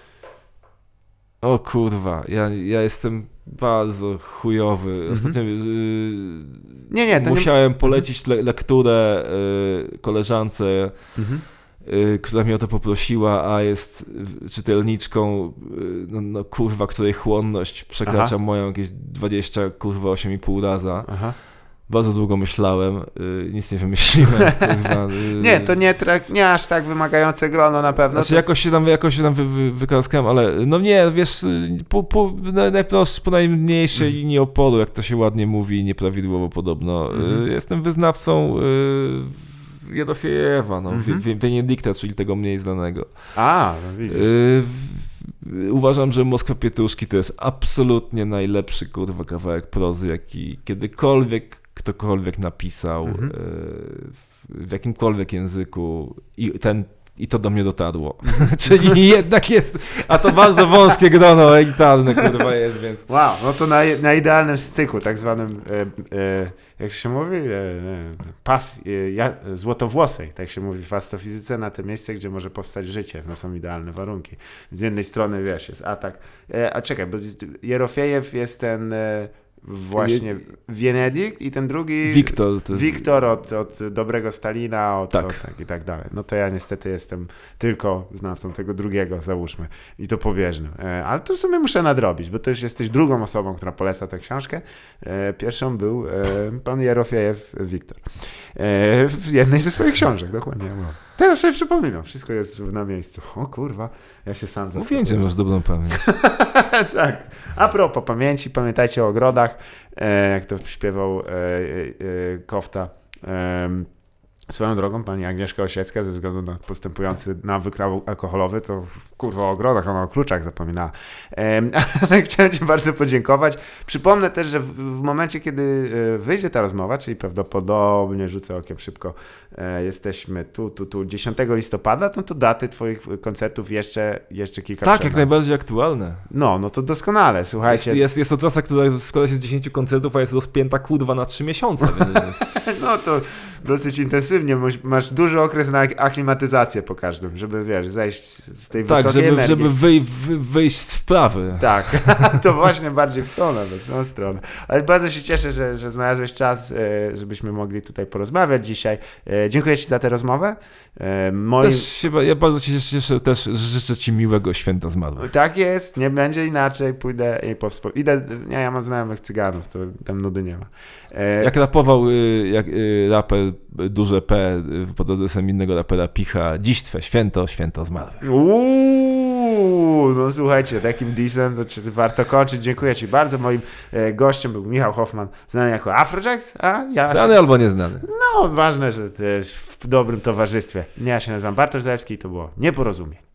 O kurwa, ja jestem bardzo chujowy. Ostatnio musiałem polecić lekturę koleżance, która mnie o to poprosiła, a jest czytelniczką, no kurwa, której chłonność przekracza moją jakieś 28,5 raza. Aha. Bardzo długo myślałem, nic nie wymyśliłem. Kurwa, nie, to nie aż tak wymagające grono na pewno. Znaczy jakoś się tam wyklaskałem, ale no nie, wiesz, po najmniejszej linii oporu, jak to się ładnie mówi, nieprawidłowo podobno. Jestem wyznawcą Jedofiejewa, no, Benedykta, czyli tego mniej znanego. A, no widzisz. Uważam, że Moskwa Pietruszki to jest absolutnie najlepszy, kurwa, kawałek prozy, jaki kiedykolwiek ktokolwiek napisał w jakimkolwiek języku i to do mnie dotarło. Czyli jednak jest, a to bardzo wąskie grono elitarne, kurwa, jest, więc... Wow, no to na idealnym styku, tak zwanym, jak się mówi, złotowłosej, tak się mówi w astrofizyce, na te miejsce, gdzie może powstać życie, no są idealne warunki. Z jednej strony, wiesz, jest atak, a czekaj, bo Jerofejew jest ten właśnie Wenedykt i ten drugi Wiktor od dobrego Stalina, tak i tak dalej. No to ja niestety jestem tylko znawcą tego drugiego, załóżmy, i to pobieżnym. Ale to w sumie muszę nadrobić, bo to już jesteś drugą osobą, która poleca tę książkę. Pierwszą był pan Jerofejew Wiktor. W jednej ze swoich książek, dokładnie. Teraz sobie przypominam, wszystko jest na miejscu. O kurwa, ja się sam Mówiłem, że masz dobrą pamięć. Tak. A propos pamięci, pamiętajcie o ogrodach, jak to śpiewał Kofta. Swoją drogą pani Agnieszka Osiecka, ze względu na postępujący nawyk alkoholowy, to kurwa o ogrodach, ona o kluczach zapominała. Ale chciałem ci bardzo podziękować. Przypomnę też, że w momencie, kiedy wyjdzie ta rozmowa, czyli prawdopodobnie rzucę okiem szybko, jesteśmy tu 10 listopada, no to daty twoich koncertów jeszcze kilka Tak, jak najbardziej aktualne. No to doskonale, słuchajcie. Jest to trasa, która składa się z 10 koncertów, a jest rozpięta kurwa na 3 miesiące. No to dosyć intensywnie. Masz duży okres na aklimatyzację po każdym, żeby, wiesz, zejść z tej wysokiej energii. Żeby wyjść z wprawy. Tak, to właśnie bardziej w tą nawet, w tą stronę. Ale bardzo się cieszę, że znalazłeś czas, żebyśmy mogli tutaj porozmawiać dzisiaj. Dziękuję ci za tę rozmowę. Ja bardzo się cieszę, też życzę ci miłego święta zmarłych. Tak jest, nie będzie inaczej, pójdę i ja mam znajomych cyganów, to tam nudy nie ma. Jak rapował raper duże P pod adresem innego rapera Picha, dziś twe święto zmarłych. No słuchajcie, takim dissem to warto kończyć. Dziękuję ci bardzo. Moim gościem był Michał Hoffman, znany jako Afrojack, Znany albo nieznany. No, ważne, że też w dobrym towarzystwie. Ja się nazywam Bartosz Zalewski i to było Nieporozumienie.